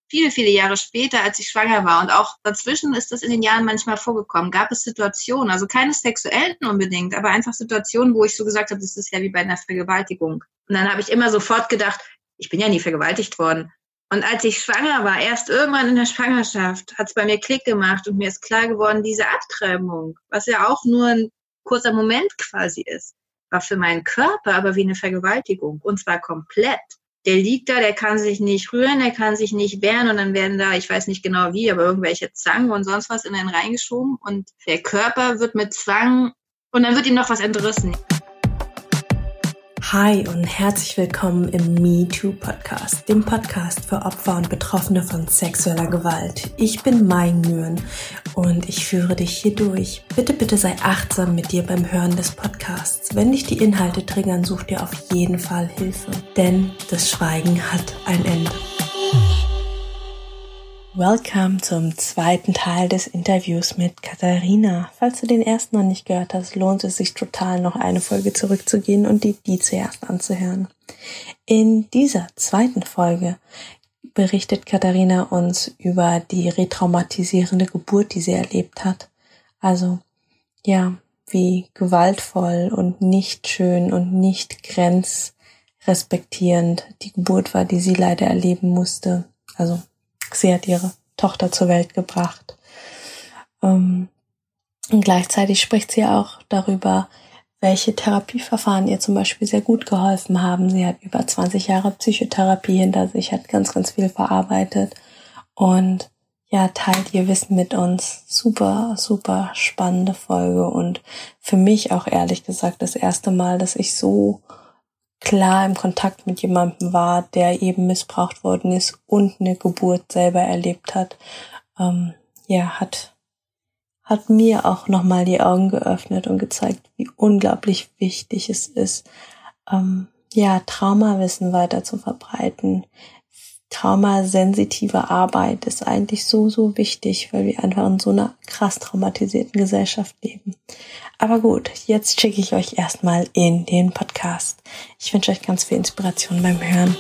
viele, viele Jahre später, als ich schwanger war. Und auch dazwischen ist das in den Jahren manchmal vorgekommen. Gab es Situationen, also keine sexuellen unbedingt, aber einfach Situationen, wo ich so gesagt habe, das ist ja wie bei einer Vergewaltigung. Und dann habe ich immer sofort gedacht, ich bin ja nie vergewaltigt worden. Und als ich schwanger war, erst irgendwann in der Schwangerschaft, hat es bei mir Klick gemacht und mir ist klar geworden, diese Abtreibung, was ja auch nur ein kurzer Moment quasi ist, war für meinen Körper aber wie eine Vergewaltigung. Und zwar komplett. Der liegt da, der kann sich nicht rühren, der kann sich nicht wehren und dann werden da, ich weiß nicht genau wie, aber irgendwelche Zangen und sonst was in den reingeschoben und der Körper wird mit Zwang und dann wird ihm noch was entrissen. Hi und herzlich willkommen im MeToo-Podcast, dem Podcast für Opfer und Betroffene von sexueller Gewalt. Ich bin Mai Nguyen und ich führe dich hier durch. Bitte sei achtsam mit dir beim Hören des Podcasts. Wenn dich die Inhalte triggern, such dir auf jeden Fall Hilfe, denn das Schweigen hat ein Ende. Welcome zum zweiten Teil des Interviews mit Katharina. Falls du den ersten noch nicht gehört hast, lohnt es sich total, noch eine Folge zurückzugehen und die zuerst anzuhören. In dieser zweiten Folge berichtet Katharina uns über die retraumatisierende Geburt, die sie erlebt hat. Also, ja, wie gewaltvoll und nicht schön und nicht grenzrespektierend die Geburt war, die sie leider erleben musste. Also, sie hat ihre Tochter zur Welt gebracht. Und gleichzeitig spricht sie auch darüber, welche Therapieverfahren ihr zum Beispiel sehr gut geholfen haben. Sie hat über 20 Jahre Psychotherapie hinter sich, hat ganz, ganz viel verarbeitet und ja, teilt ihr Wissen mit uns. Super, super spannende Folge und für mich auch ehrlich gesagt das erste Mal, dass ich so klar im Kontakt mit jemandem war, der eben missbraucht worden ist und eine Geburt selber erlebt hat, hat mir auch nochmal die Augen geöffnet und gezeigt, wie unglaublich wichtig es ist, Traumawissen weiter zu verbreiten. Traumasensitive Arbeit ist eigentlich so, so wichtig, weil wir einfach in so einer krass traumatisierten Gesellschaft leben. Aber gut, jetzt schicke ich euch erstmal in den Podcast. Ich wünsche euch ganz viel Inspiration beim Hören.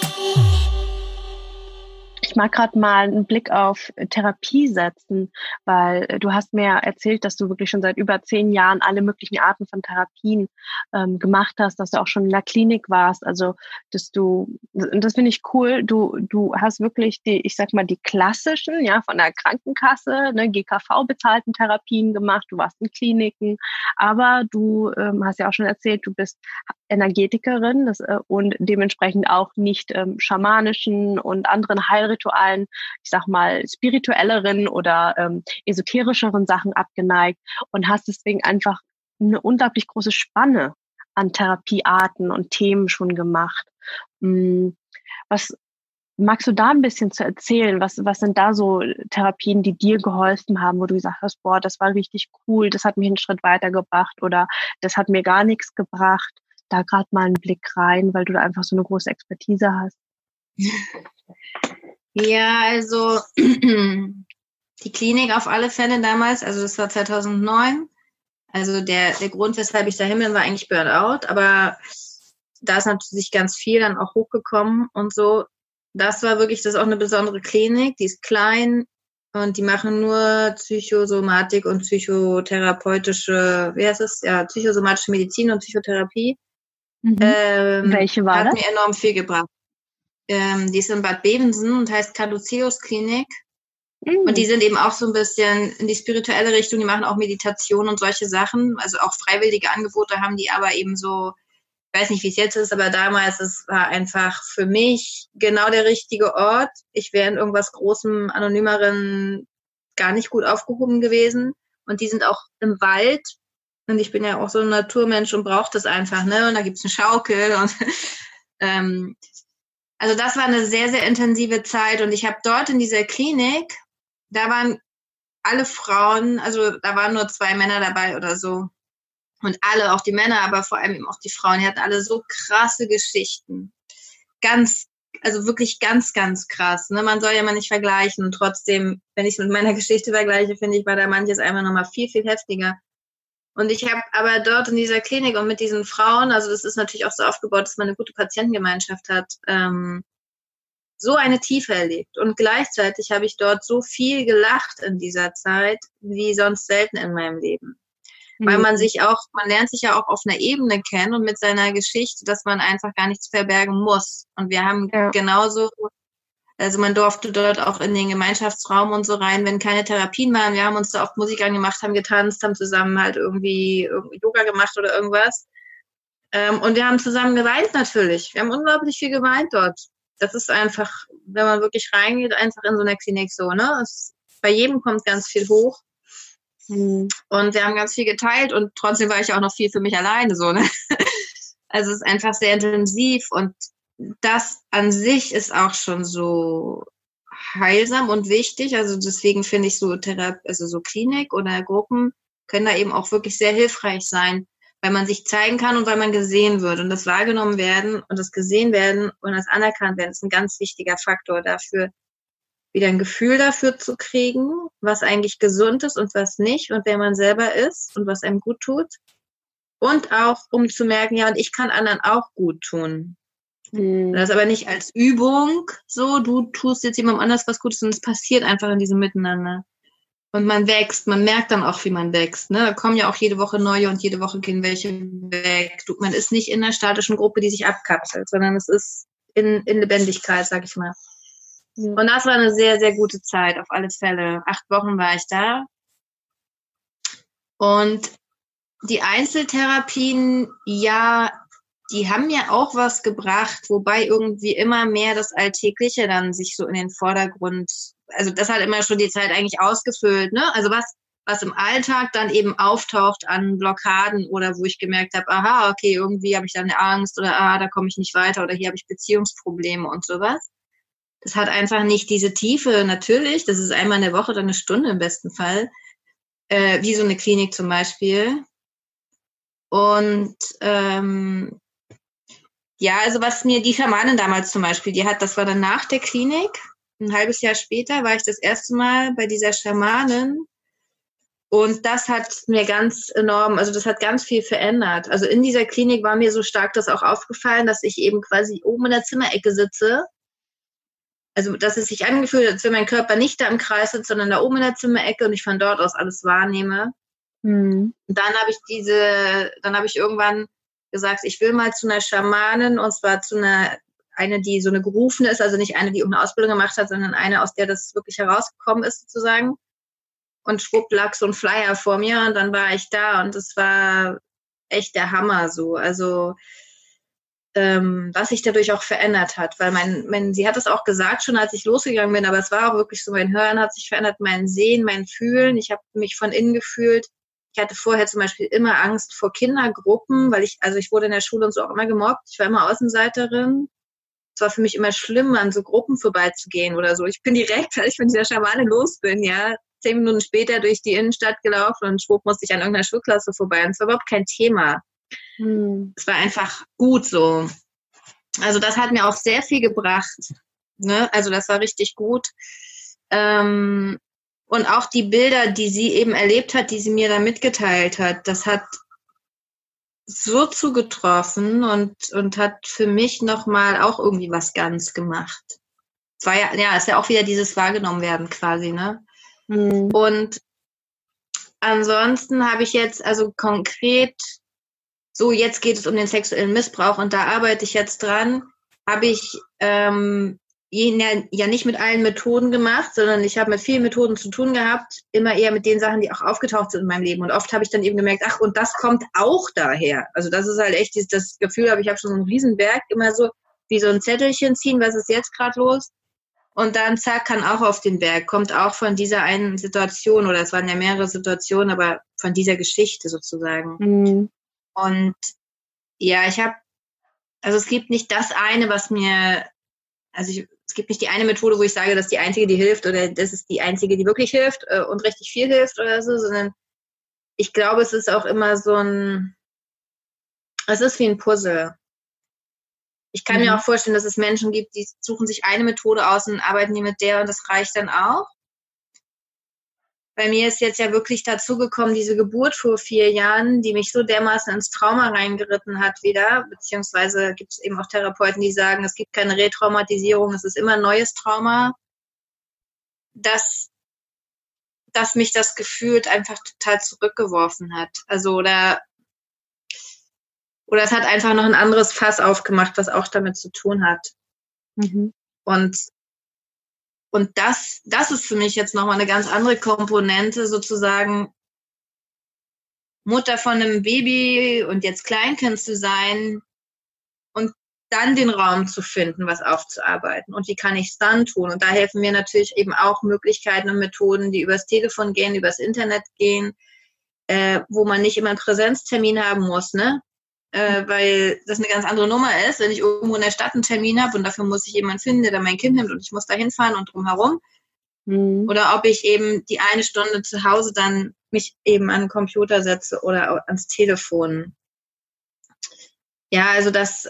Ich mag gerade mal einen Blick auf Therapie setzen, weil du hast mir erzählt, dass du wirklich schon seit über 10 Jahren alle möglichen Arten von Therapien gemacht hast, dass du auch schon in der Klinik warst, also dass du, und das finde ich cool, du hast wirklich die klassischen, ja, von der Krankenkasse, ne, GKV bezahlten Therapien gemacht, du warst in Kliniken, aber du hast ja auch schon erzählt, du bist Energetikerin und dementsprechend auch nicht schamanischen und anderen Heilritualen, ich sag mal spirituelleren oder esoterischeren Sachen abgeneigt und hast deswegen einfach eine unglaublich große Spanne an Therapiearten und Themen schon gemacht. Was magst du da ein bisschen zu erzählen? Was sind da so Therapien, die dir geholfen haben, wo du gesagt hast, boah, das war richtig cool, das hat mich einen Schritt weitergebracht oder das hat mir gar nichts gebracht? Da gerade mal einen Blick rein, weil du da einfach so eine große Expertise hast. Ja, also die Klinik auf alle Fälle damals, also das war 2009. Also der Grund, weshalb ich dahin bin, war eigentlich Burnout, aber da ist natürlich ganz viel dann auch hochgekommen und so. Das war wirklich, das ist auch eine besondere Klinik, die ist klein und die machen nur Psychosomatik und psychotherapeutische, psychosomatische Medizin und Psychotherapie. Welche war das? Hat mir enorm viel gebracht. Die ist in Bad Bevensen und heißt Caduceus Klinik. Und die sind eben auch so ein bisschen in die spirituelle Richtung, die machen auch Meditation und solche Sachen, also auch freiwillige Angebote haben die, aber eben so, ich weiß nicht, wie es jetzt ist, aber damals, es war einfach für mich genau der richtige Ort. Ich wäre in irgendwas Großem, Anonymeren gar nicht gut aufgehoben gewesen. Und die sind auch im Wald. Und ich bin ja auch so ein Naturmensch und brauche das einfach, ne? Und da gibt's eine Schaukel und also das war eine sehr, sehr intensive Zeit. Und ich habe dort in dieser Klinik, da waren alle Frauen, also da waren nur 2 Männer dabei oder so. Und alle, auch die Männer, aber vor allem eben auch die Frauen, die hatten alle so krasse Geschichten. Also wirklich ganz, ganz krass. Ne? Man soll ja mal nicht vergleichen. Und trotzdem, wenn ich es mit meiner Geschichte vergleiche, finde ich, war da manches einfach nochmal viel, viel heftiger. Und ich habe aber dort in dieser Klinik und mit diesen Frauen, also das ist natürlich auch so aufgebaut, dass man eine gute Patientengemeinschaft hat, so eine Tiefe erlebt. Und gleichzeitig habe ich dort so viel gelacht in dieser Zeit, wie sonst selten in meinem Leben. Weil man lernt sich ja auch auf einer Ebene kennen und mit seiner Geschichte, dass man einfach gar nichts verbergen muss. Und wir haben genauso, also man durfte dort auch in den Gemeinschaftsraum und so rein, wenn keine Therapien waren. Wir haben uns da oft Musik angemacht, haben getanzt, haben zusammen halt irgendwie Yoga gemacht oder irgendwas. Und wir haben zusammen geweint natürlich. Wir haben unglaublich viel geweint dort. Das ist einfach, wenn man wirklich reingeht, einfach in so einer Klinik so, ne? Bei jedem kommt ganz viel hoch. Und wir haben ganz viel geteilt und trotzdem war ich auch noch viel für mich alleine so, ne? Also es ist einfach sehr intensiv und das an sich ist auch schon so heilsam und wichtig. Also deswegen finde ich so so Klinik oder Gruppen können da eben auch wirklich sehr hilfreich sein, weil man sich zeigen kann und weil man gesehen wird und das wahrgenommen werden und das gesehen werden und das anerkannt werden ist ein ganz wichtiger Faktor dafür, wieder ein Gefühl dafür zu kriegen, was eigentlich gesund ist und was nicht und wer man selber ist und was einem gut tut. Und auch, um zu merken, ja, und ich kann anderen auch gut tun. Das aber nicht als Übung so, du tust jetzt jemandem anders was Gutes, sondern es passiert einfach in diesem Miteinander. Und man wächst, man merkt dann auch, wie man wächst. Ne? Da kommen ja auch jede Woche neue und jede Woche gehen welche weg. Man ist nicht in einer statischen Gruppe, die sich abkapselt, sondern es ist in Lebendigkeit, sag ich mal. Und das war eine sehr, sehr gute Zeit, auf alle Fälle. 8 Wochen war ich da. Und die Einzeltherapien, ja, die haben mir auch was gebracht, wobei irgendwie immer mehr das Alltägliche dann sich so in den Vordergrund, also das hat immer schon die Zeit eigentlich ausgefüllt, ne? Also was im Alltag dann eben auftaucht an Blockaden oder wo ich gemerkt habe, aha, okay, irgendwie habe ich da eine Angst oder da komme ich nicht weiter oder hier habe ich Beziehungsprobleme und sowas. Das hat einfach nicht diese Tiefe, natürlich, das ist einmal in der Woche oder eine Stunde im besten Fall, wie so eine Klinik zum Beispiel. Und ja, also was mir die Schamanin damals zum Beispiel, das war dann nach der Klinik, ein halbes Jahr später war ich das erste Mal bei dieser Schamanin und das hat mir ganz enorm, also das hat ganz viel verändert. Also in dieser Klinik war mir so stark das auch aufgefallen, dass ich eben quasi oben in der Zimmerecke sitze. Also, dass es sich angefühlt hat, als wenn mein Körper nicht da im Kreis sitzt, sondern da oben in der Zimmerecke und ich von dort aus alles wahrnehme. Und dann habe ich irgendwann gesagt, ich will mal zu einer Schamanin und zwar zu eine, die so eine gerufene ist, also nicht eine, die irgendeine Ausbildung gemacht hat, sondern eine, aus der das wirklich herausgekommen ist sozusagen. Und schwupp lag so ein Flyer vor mir und dann war ich da und es war echt der Hammer so. Also was sich dadurch auch verändert hat, weil sie hat es auch gesagt schon, als ich losgegangen bin, aber es war auch wirklich so, mein Hören hat sich verändert, mein Sehen, mein Fühlen, ich habe mich von innen gefühlt. Ich hatte vorher zum Beispiel immer Angst vor Kindergruppen, weil ich wurde in der Schule und so auch immer gemobbt, ich war immer Außenseiterin. Es war für mich immer schlimm, an so Gruppen vorbeizugehen oder so. Ich bin direkt, als ich von dieser Schamane los bin, 10 Minuten später durch die Innenstadt gelaufen und schwupp musste ich an irgendeiner Schulklasse vorbei und es war überhaupt kein Thema. Es war einfach gut so. Also das hat mir auch sehr viel gebracht. Ne? Also das war richtig gut. Und auch die Bilder, die sie eben erlebt hat, die sie mir da mitgeteilt hat, das hat so zugetroffen und hat für mich nochmal auch irgendwie was ganz gemacht. Es war ist ja auch wieder dieses Wahrgenommen werden quasi, ne? Und ansonsten habe ich jetzt also konkret so, jetzt geht es um den sexuellen Missbrauch und da arbeite ich jetzt dran, habe ich nicht mit allen Methoden gemacht, sondern ich habe mit vielen Methoden zu tun gehabt, immer eher mit den Sachen, die auch aufgetaucht sind in meinem Leben. Und oft habe ich dann eben gemerkt, ach, und das kommt auch daher. Also das ist halt echt das Gefühl, ich habe schon so einen Riesenberg, immer so wie so ein Zettelchen ziehen, was ist jetzt gerade los? Und dann, zack, kann auch auf den Berg, kommt auch von dieser einen Situation, oder es waren ja mehrere Situationen, aber von dieser Geschichte sozusagen. Und ja, es gibt nicht das eine, es gibt nicht die eine Methode, wo ich sage, das ist die einzige, die hilft oder das ist die einzige, die wirklich hilft und richtig viel hilft oder so, sondern ich glaube, es ist auch immer es ist wie ein Puzzle. Ich kann mir auch vorstellen, dass es Menschen gibt, die suchen sich eine Methode aus und arbeiten die mit der und das reicht dann auch. bei mir ist jetzt ja wirklich dazu gekommen, diese Geburt vor 4 Jahren, die mich so dermaßen ins Trauma reingeritten hat wieder, beziehungsweise gibt es eben auch Therapeuten, die sagen, es gibt keine Retraumatisierung, es ist immer ein neues Trauma, dass mich das gefühlt einfach total zurückgeworfen hat. Also oder es hat einfach noch ein anderes Fass aufgemacht, was auch damit zu tun hat. Mhm. Und das ist für mich jetzt nochmal eine ganz andere Komponente, sozusagen Mutter von einem Baby und jetzt Kleinkind zu sein und dann den Raum zu finden, was aufzuarbeiten. Und wie kann ich es dann tun? Und da helfen mir natürlich eben auch Möglichkeiten und Methoden, die übers Telefon gehen, übers Internet gehen, wo man nicht immer einen Präsenztermin haben muss, ne? Weil das eine ganz andere Nummer ist, wenn ich irgendwo in der Stadt einen Termin habe und dafür muss ich jemanden finden, der dann mein Kind nimmt und ich muss da hinfahren und drumherum. Mhm. Oder ob ich eben die eine Stunde zu Hause dann mich eben an den Computer setze oder ans Telefon. Ja, also das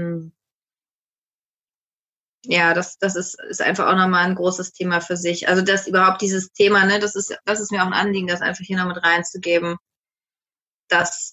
ist einfach auch nochmal ein großes Thema für sich. Also das überhaupt dieses Thema, ne, das ist mir auch ein Anliegen, das einfach hier noch mit reinzugeben, dass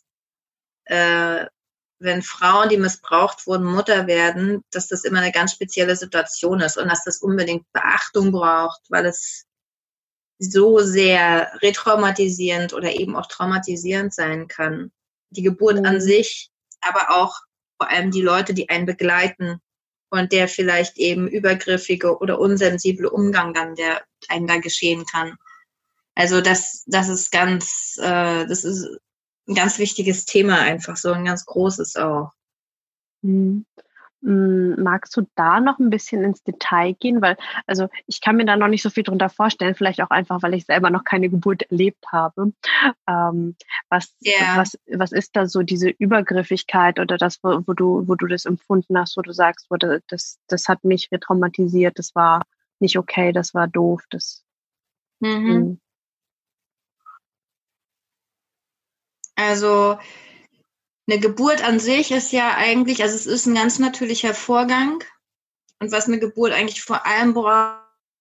wenn Frauen, die missbraucht wurden, Mutter werden, dass das immer eine ganz spezielle Situation ist und dass das unbedingt Beachtung braucht, weil es so sehr retraumatisierend oder eben auch traumatisierend sein kann. Die Geburt an sich, aber auch vor allem die Leute, die einen begleiten und der vielleicht eben übergriffige oder unsensible Umgang dann, der einem da geschehen kann. Also das ist das ist ein ganz wichtiges Thema einfach, so ein ganz großes auch. Mhm. Magst du da noch ein bisschen ins Detail gehen? Weil also, ich kann mir da noch nicht so viel drunter vorstellen, vielleicht auch einfach, weil ich selber noch keine Geburt erlebt habe. Ähm, Ja. was ist da so diese Übergriffigkeit oder das, wo du das empfunden hast, wo du sagst: „Boah, das hat mich retraumatisiert, das war nicht okay, das war doof, das“, Mhm. mhm. Also eine Geburt an sich ist ja eigentlich, also es ist ein ganz natürlicher Vorgang. Und was eine Geburt eigentlich vor allem braucht,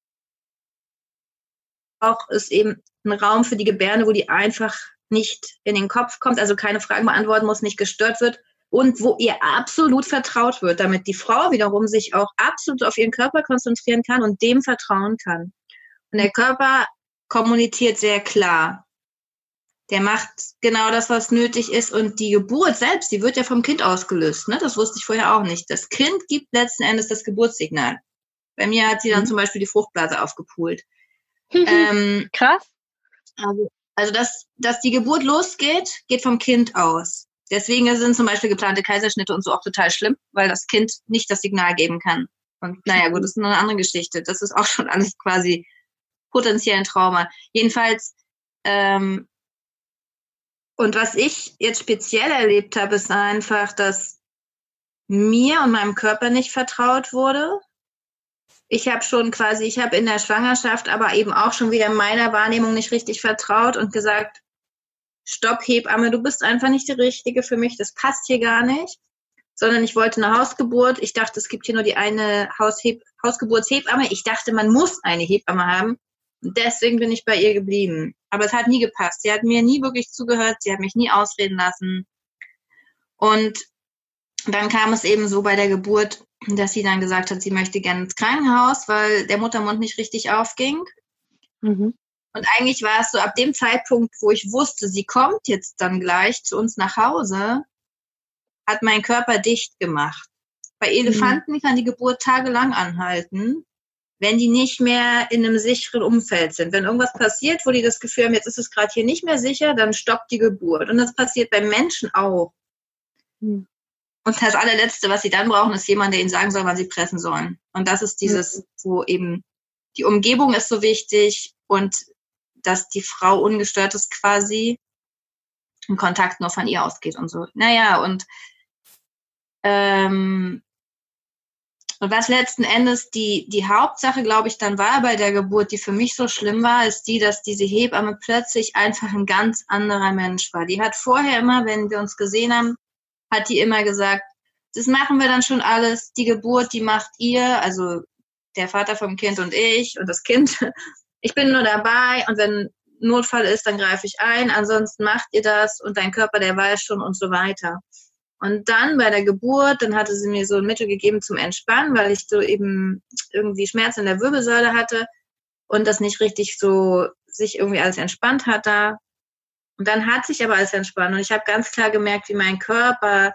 ist eben ein Raum für die Gebärde, wo die einfach nicht in den Kopf kommt, also keine Fragen beantworten muss, nicht gestört wird und wo ihr absolut vertraut wird, damit die Frau wiederum sich auch absolut auf ihren Körper konzentrieren kann und dem vertrauen kann. Und der Körper kommuniziert sehr klar. Der macht genau das, was nötig ist. Und die Geburt selbst, die wird ja vom Kind ausgelöst. Ne? Das wusste ich vorher auch nicht. Das Kind gibt letzten Endes das Geburtssignal. Bei mir hat sie dann zum Beispiel die Fruchtblase aufgepult. Krass. Also dass die Geburt losgeht, geht vom Kind aus. Deswegen sind zum Beispiel geplante Kaiserschnitte und so auch total schlimm, weil das Kind nicht das Signal geben kann. Und naja, gut, das ist nur eine andere Geschichte. Das ist auch schon alles quasi potenziell ein Trauma. Jedenfalls, und was ich jetzt speziell erlebt habe, ist einfach, dass mir und meinem Körper nicht vertraut wurde. Ich habe in der Schwangerschaft aber eben auch schon wieder meiner Wahrnehmung nicht richtig vertraut und gesagt, stopp, Hebamme, du bist einfach nicht die Richtige für mich, das passt hier gar nicht. Sondern ich wollte eine Hausgeburt. Ich dachte, es gibt hier nur die eine Hausgeburtshebamme. Ich dachte, man muss eine Hebamme haben. Und deswegen bin ich bei ihr geblieben. Aber es hat nie gepasst. Sie hat mir nie wirklich zugehört. Sie hat mich nie ausreden lassen. Und dann kam es eben so bei der Geburt, dass sie dann gesagt hat, sie möchte gerne ins Krankenhaus, weil der Muttermund nicht richtig aufging. Mhm. Und eigentlich war es so ab dem Zeitpunkt, wo ich wusste, sie kommt jetzt dann gleich zu uns nach Hause, hat mein Körper dicht gemacht. Bei Elefanten kann die Geburt tagelang anhalten, wenn die nicht mehr in einem sicheren Umfeld sind. Wenn irgendwas passiert, wo die das Gefühl haben, jetzt ist es gerade hier nicht mehr sicher, dann stoppt die Geburt. Und das passiert beim Menschen auch. Mhm. Und das allerletzte, was sie dann brauchen, ist jemand, der ihnen sagen soll, wann sie pressen sollen. Und das ist dieses, wo eben die Umgebung ist so wichtig und dass die Frau ungestört ist quasi und Kontakt nur von ihr ausgeht und so. Naja, und was letzten Endes die Hauptsache, glaube ich, dann war bei der Geburt, die für mich so schlimm war, ist die, dass diese Hebamme plötzlich einfach ein ganz anderer Mensch war. Die hat vorher immer, wenn wir uns gesehen haben, hat die immer gesagt, das machen wir dann schon alles, die Geburt, die macht ihr, also der Vater vom Kind und ich und das Kind. Ich bin nur dabei und wenn Notfall ist, dann greife ich ein, ansonsten macht ihr das und dein Körper, der weiß schon und so weiter. Und dann bei der Geburt, dann hatte sie mir so ein Mittel gegeben zum Entspannen, weil ich so eben irgendwie Schmerzen in der Wirbelsäule hatte und das nicht richtig so sich irgendwie alles entspannt hat da. Und dann hat sich aber alles entspannt und ich habe ganz klar gemerkt, wie mein Körper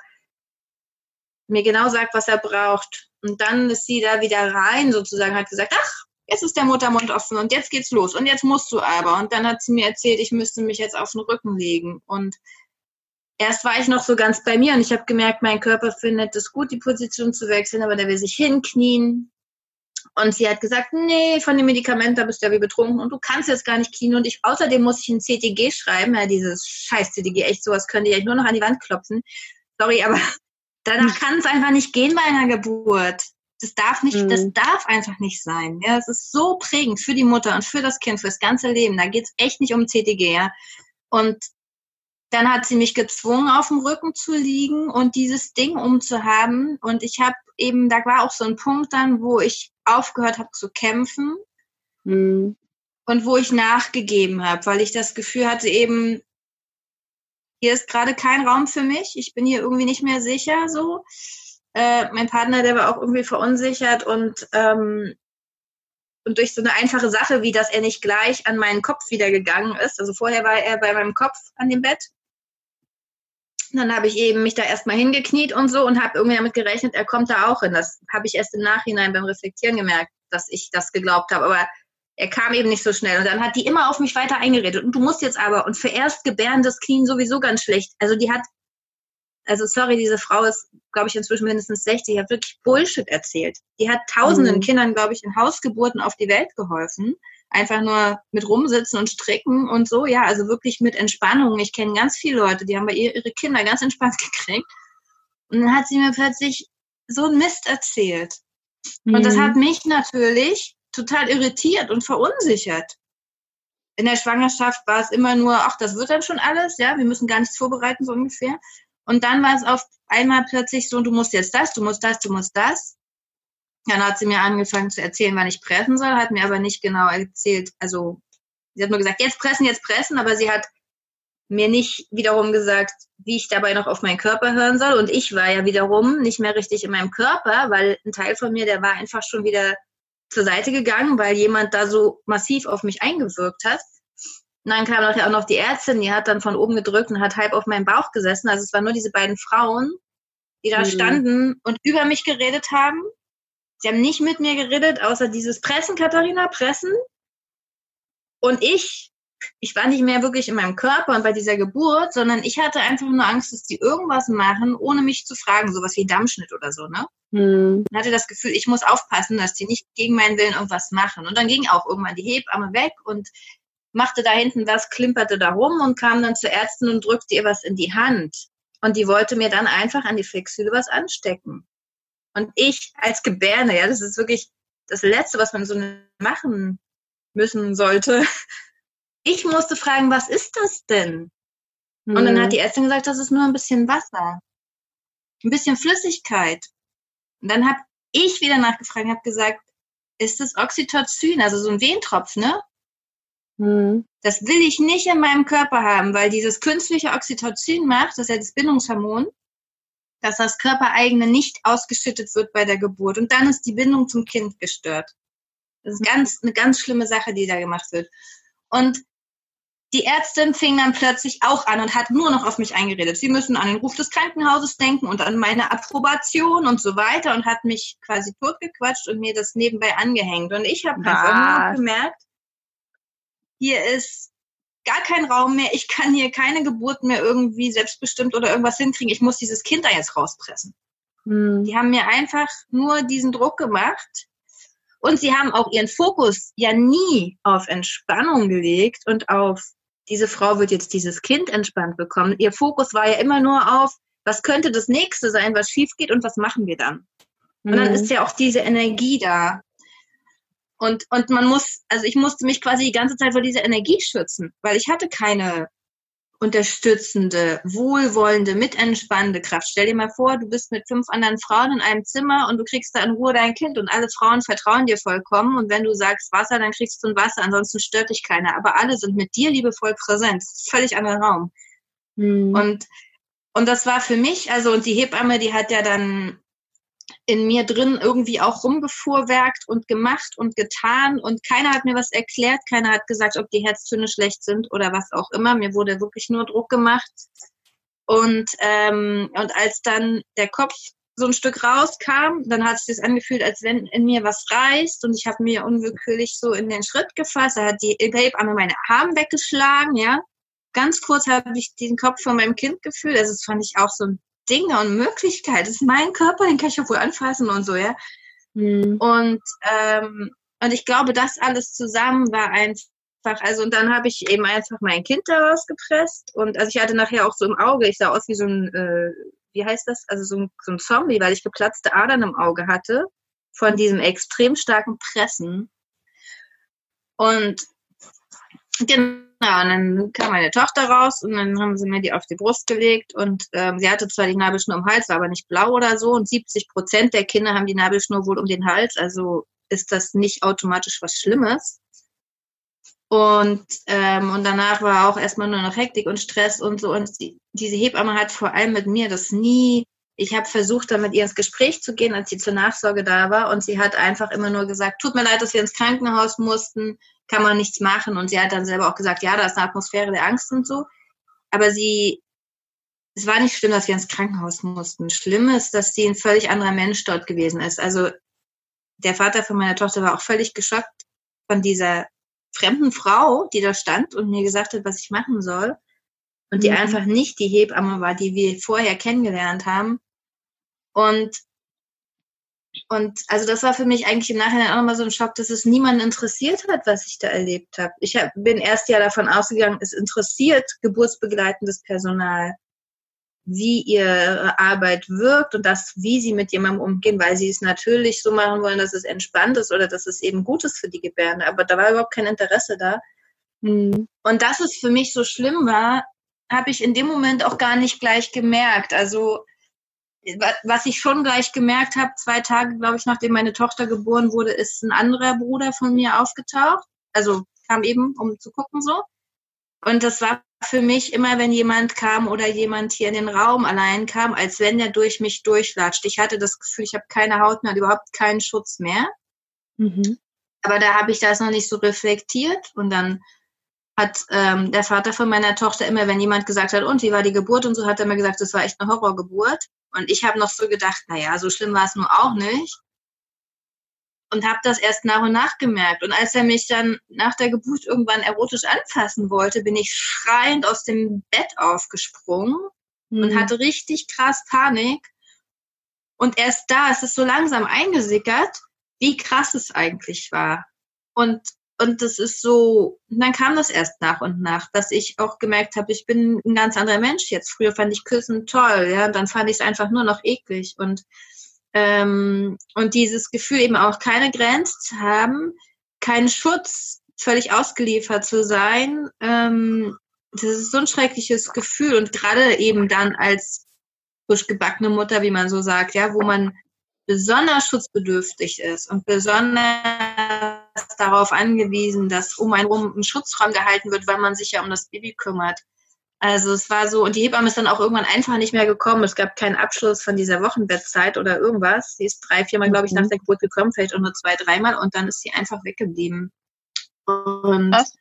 mir genau sagt, was er braucht. Und dann ist sie da wieder rein sozusagen, hat gesagt, ach, jetzt ist der Muttermund offen und jetzt geht's los und jetzt musst du aber. Und dann hat sie mir erzählt, ich müsste mich jetzt auf den Rücken legen. Und erst war ich noch so ganz bei mir und ich habe gemerkt, mein Körper findet es gut, die Position zu wechseln, aber der will sich hinknien. Und sie hat gesagt, nee, von dem Medikament, da bist du ja wie betrunken und du kannst jetzt gar nicht knien. Und außerdem muss ich ein CTG schreiben, ja, dieses scheiß CTG, echt, sowas können die echt nur noch an die Wand klopfen. Sorry, aber danach kann es einfach nicht gehen bei einer Geburt. Das darf einfach nicht sein. Ja, es ist so prägend für die Mutter und für das Kind, für das ganze Leben. Da geht's echt nicht um CTG, ja. Und dann hat sie mich gezwungen, auf dem Rücken zu liegen und dieses Ding umzuhaben. Und ich habe eben, da war auch so ein Punkt dann, wo ich aufgehört habe zu kämpfen und wo ich nachgegeben habe, weil ich das Gefühl hatte eben, hier ist gerade kein Raum für mich. Ich bin hier irgendwie nicht mehr sicher so. Mein Partner, der war auch irgendwie verunsichert und durch so eine einfache Sache, wie dass er nicht gleich an meinen Kopf wieder gegangen ist. Also vorher war er bei meinem Kopf an dem Bett. Dann habe ich eben mich da erstmal hingekniet und so und habe irgendwie damit gerechnet, er kommt da auch hin. Das habe ich erst im Nachhinein beim Reflektieren gemerkt, dass ich das geglaubt habe. Aber er kam eben nicht so schnell. Und dann hat die immer auf mich weiter eingeredet. Und du musst jetzt aber, und für erstgebärendes Knien sowieso ganz schlecht. Also sorry, diese Frau ist, glaube ich, inzwischen mindestens 60, hat wirklich Bullshit erzählt. Die hat tausenden Kindern, glaube ich, in Hausgeburten auf die Welt geholfen. Einfach nur mit rumsitzen und stricken und so, ja, also wirklich mit Entspannung. Ich kenne ganz viele Leute, die haben bei ihr ihre Kinder ganz entspannt gekriegt. Und dann hat sie mir plötzlich so einen Mist erzählt. Und das hat mich natürlich total irritiert und verunsichert. In der Schwangerschaft war es immer nur, ach, das wird dann schon alles, ja, wir müssen gar nichts vorbereiten, so ungefähr. Und dann war es auf einmal plötzlich so, du musst jetzt das, du musst das, du musst das. Dann hat sie mir angefangen zu erzählen, wann ich pressen soll, hat mir aber nicht genau erzählt, also sie hat nur gesagt, jetzt pressen, aber sie hat mir nicht wiederum gesagt, wie ich dabei noch auf meinen Körper hören soll. Und ich war ja wiederum nicht mehr richtig in meinem Körper, weil ein Teil von mir, der war einfach schon wieder zur Seite gegangen, weil jemand da so massiv auf mich eingewirkt hat. Und dann kam auch noch die Ärztin, die hat dann von oben gedrückt und hat halb auf meinem Bauch gesessen. Also es waren nur diese beiden Frauen, die da standen und über mich geredet haben. Sie haben nicht mit mir geredet, außer dieses Pressen, Katharina, pressen. Und ich war nicht mehr wirklich in meinem Körper und bei dieser Geburt, sondern ich hatte einfach nur Angst, dass die irgendwas machen, ohne mich zu fragen, sowas wie Dammschnitt oder so, ne? Und hatte das Gefühl, ich muss aufpassen, dass die nicht gegen meinen Willen irgendwas machen. Und dann ging auch irgendwann die Hebamme weg und machte da hinten was, klimperte da rum und kam dann zur Ärztin und drückte ihr was in die Hand. Und die wollte mir dann einfach an die Flexhüle was anstecken. Und ich als Gebärende, ja, das ist wirklich das Letzte, was man so machen müssen sollte. Ich musste fragen, was ist das denn? Und dann hat die Ärztin gesagt, das ist nur ein bisschen Wasser. Ein bisschen Flüssigkeit. Und dann habe ich wieder nachgefragt und habe gesagt, ist das Oxytocin, also so ein Wehentropf, ne? Das will ich nicht in meinem Körper haben, weil dieses künstliche Oxytocin macht, das ist ja das Bindungshormon, dass das Körpereigene nicht ausgeschüttet wird bei der Geburt. Und dann ist die Bindung zum Kind gestört. Das ist eine ganz schlimme Sache, die da gemacht wird. Und die Ärztin fing dann plötzlich auch an und hat nur noch auf mich eingeredet. Sie müssen an den Ruf des Krankenhauses denken und an meine Approbation und so weiter und hat mich quasi totgequatscht und mir das nebenbei angehängt. Und ich habe einfach nur gemerkt, hier ist gar kein Raum mehr. Ich kann hier keine Geburt mehr irgendwie selbstbestimmt oder irgendwas hinkriegen. Ich muss dieses Kind da jetzt rauspressen. Die haben mir einfach nur diesen Druck gemacht. Und sie haben auch ihren Fokus ja nie auf Entspannung gelegt und auf, diese Frau wird jetzt dieses Kind entspannt bekommen. Ihr Fokus war ja immer nur auf, was könnte das Nächste sein, was schief geht und was machen wir dann? Und dann ist ja auch diese Energie da. Und ich musste mich quasi die ganze Zeit vor dieser Energie schützen, weil ich hatte keine unterstützende, wohlwollende, mitentspannende Kraft. Stell dir mal vor, du bist mit 5 anderen Frauen in einem Zimmer und du kriegst da in Ruhe dein Kind und alle Frauen vertrauen dir vollkommen und wenn du sagst Wasser, dann kriegst du ein Wasser, ansonsten stört dich keiner. Aber alle sind mit dir liebevoll präsent. Das ist ein völlig anderer Raum. Und das war für mich, also und die Hebamme, die hat ja dann in mir drin irgendwie auch rumgefuhrwerkt und gemacht und getan und keiner hat mir was erklärt, keiner hat gesagt, ob die Herztöne schlecht sind oder was auch immer. Mir wurde wirklich nur Druck gemacht und als dann der Kopf so ein Stück rauskam, dann hat es sich angefühlt, als wenn in mir was reißt und ich habe mir unwillkürlich so in den Schritt gefasst. Da hat die Hebamme meine Arme weggeschlagen, ja. Ganz kurz habe ich den Kopf von meinem Kind gefühlt. Also das fand ich auch so ein Dinge und Möglichkeit. Das ist mein Körper, den kann ich auch wohl anfassen und so, ja. Und ich glaube, das alles zusammen war einfach, also und dann habe ich eben einfach mein Kind daraus gepresst und also ich hatte nachher auch so im Auge, ich sah aus wie so ein, wie heißt das, also so ein Zombie, weil ich geplatzte Adern im Auge hatte von diesem extrem starken Pressen. Und genau, und dann kam meine Tochter raus und dann haben sie mir die auf die Brust gelegt und sie hatte zwar die Nabelschnur im Hals, war aber nicht blau oder so und 70% der Kinder haben die Nabelschnur wohl um den Hals, also ist das nicht automatisch was Schlimmes. Und danach war auch erstmal nur noch Hektik und Stress und so und diese Hebamme hat vor allem mit mir das nie, ich habe versucht, da mit ihr ins Gespräch zu gehen, als sie zur Nachsorge da war und sie hat einfach immer nur gesagt, tut mir leid, dass wir ins Krankenhaus mussten, kann man nichts machen. Und sie hat dann selber auch gesagt, ja, da ist eine Atmosphäre der Angst und so. Aber es war nicht schlimm, dass wir ins Krankenhaus mussten. Schlimm ist, dass sie ein völlig anderer Mensch dort gewesen ist. Also der Vater von meiner Tochter war auch völlig geschockt von dieser fremden Frau, die da stand und mir gesagt hat, was ich machen soll. Und die einfach nicht die Hebamme war, die wir vorher kennengelernt haben. Und also das war für mich eigentlich im Nachhinein auch nochmal so ein Schock, dass es niemanden interessiert hat, was ich da erlebt habe. Ich bin erst ja davon ausgegangen, es interessiert geburtsbegleitendes Personal, wie ihre Arbeit wirkt und wie sie mit jemandem umgehen, weil sie es natürlich so machen wollen, dass es entspannt ist oder dass es eben gut ist für die Gebärde. Aber da war überhaupt kein Interesse da. Und dass es für mich so schlimm war, habe ich in dem Moment auch gar nicht gleich gemerkt. Also was ich schon gleich gemerkt habe, 2 Tage, glaube ich, nachdem meine Tochter geboren wurde, ist ein anderer Bruder von mir aufgetaucht. Also kam eben, um zu gucken so. Und das war für mich immer, wenn jemand kam oder jemand hier in den Raum allein kam, als wenn der durch mich durchlatscht. Ich hatte das Gefühl, ich habe keine Haut mehr, überhaupt keinen Schutz mehr. Aber da habe ich das noch nicht so reflektiert. Und dann hat der Vater von meiner Tochter immer, wenn jemand gesagt hat, und wie war die Geburt und so, hat er mir gesagt, das war echt eine Horrorgeburt. Und ich habe noch so gedacht, naja, so schlimm war es nun auch nicht. Und habe das erst nach und nach gemerkt. Und als er mich dann nach der Geburt irgendwann erotisch anfassen wollte, bin ich schreiend aus dem Bett aufgesprungen und hatte richtig krass Panik. Und erst da ist es so langsam eingesickert, wie krass es eigentlich war. Und das ist so, dann kam das erst nach und nach, dass ich auch gemerkt habe, ich bin ein ganz anderer Mensch jetzt. Früher fand ich Küssen toll, ja, und dann fand ich es einfach nur noch eklig. Und dieses Gefühl eben auch keine Grenzen zu haben, keinen Schutz, völlig ausgeliefert zu sein, das ist so ein schreckliches Gefühl. Und gerade eben dann als frisch gebackene Mutter, wie man so sagt, ja, wo man besonders schutzbedürftig ist und besonders darauf angewiesen, dass um einen rum ein Schutzraum gehalten wird, weil man sich ja um das Baby kümmert. Also es war so, und die Hebamme ist dann auch irgendwann einfach nicht mehr gekommen. Es gab keinen Abschluss von dieser Wochenbettzeit oder irgendwas. Sie ist 3, 4 Mal, glaube ich, nach der Geburt gekommen, vielleicht auch nur 2, 3 Mal und dann ist sie einfach weggeblieben. Und was?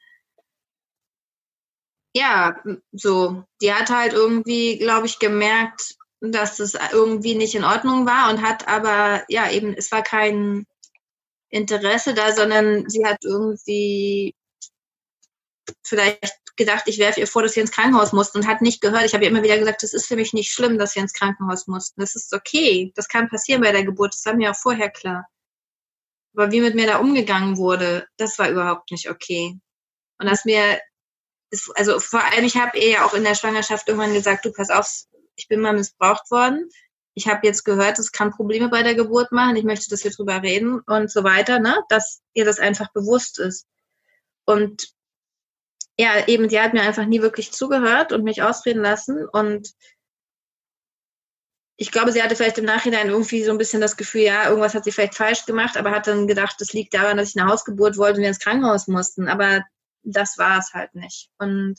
Ja, so, die hat halt irgendwie, glaube ich, gemerkt, dass es irgendwie nicht in Ordnung war und hat aber, ja, eben, es war kein Interesse da, sondern sie hat irgendwie vielleicht gedacht, ich werfe ihr vor, dass wir ins Krankenhaus mussten und hat nicht gehört. Ich habe ihr immer wieder gesagt, das ist für mich nicht schlimm, dass wir ins Krankenhaus mussten. Das ist okay. Das kann passieren bei der Geburt. Das war mir auch vorher klar. Aber wie mit mir da umgegangen wurde, das war überhaupt nicht okay. Und dass mir, also vor allem, ich habe ihr ja auch in der Schwangerschaft irgendwann gesagt, du pass auf, ich bin mal missbraucht worden. Ich habe jetzt gehört, es kann Probleme bei der Geburt machen. Ich möchte, dass wir drüber reden und so weiter, ne? Dass ihr das einfach bewusst ist. Und ja, eben, die hat mir einfach nie wirklich zugehört und mich ausreden lassen. Und ich glaube, sie hatte vielleicht im Nachhinein irgendwie so ein bisschen das Gefühl, ja, irgendwas hat sie vielleicht falsch gemacht, aber hat dann gedacht, das liegt daran, dass ich eine Hausgeburt wollte und wir ins Krankenhaus mussten. Aber das war es halt nicht.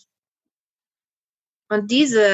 Und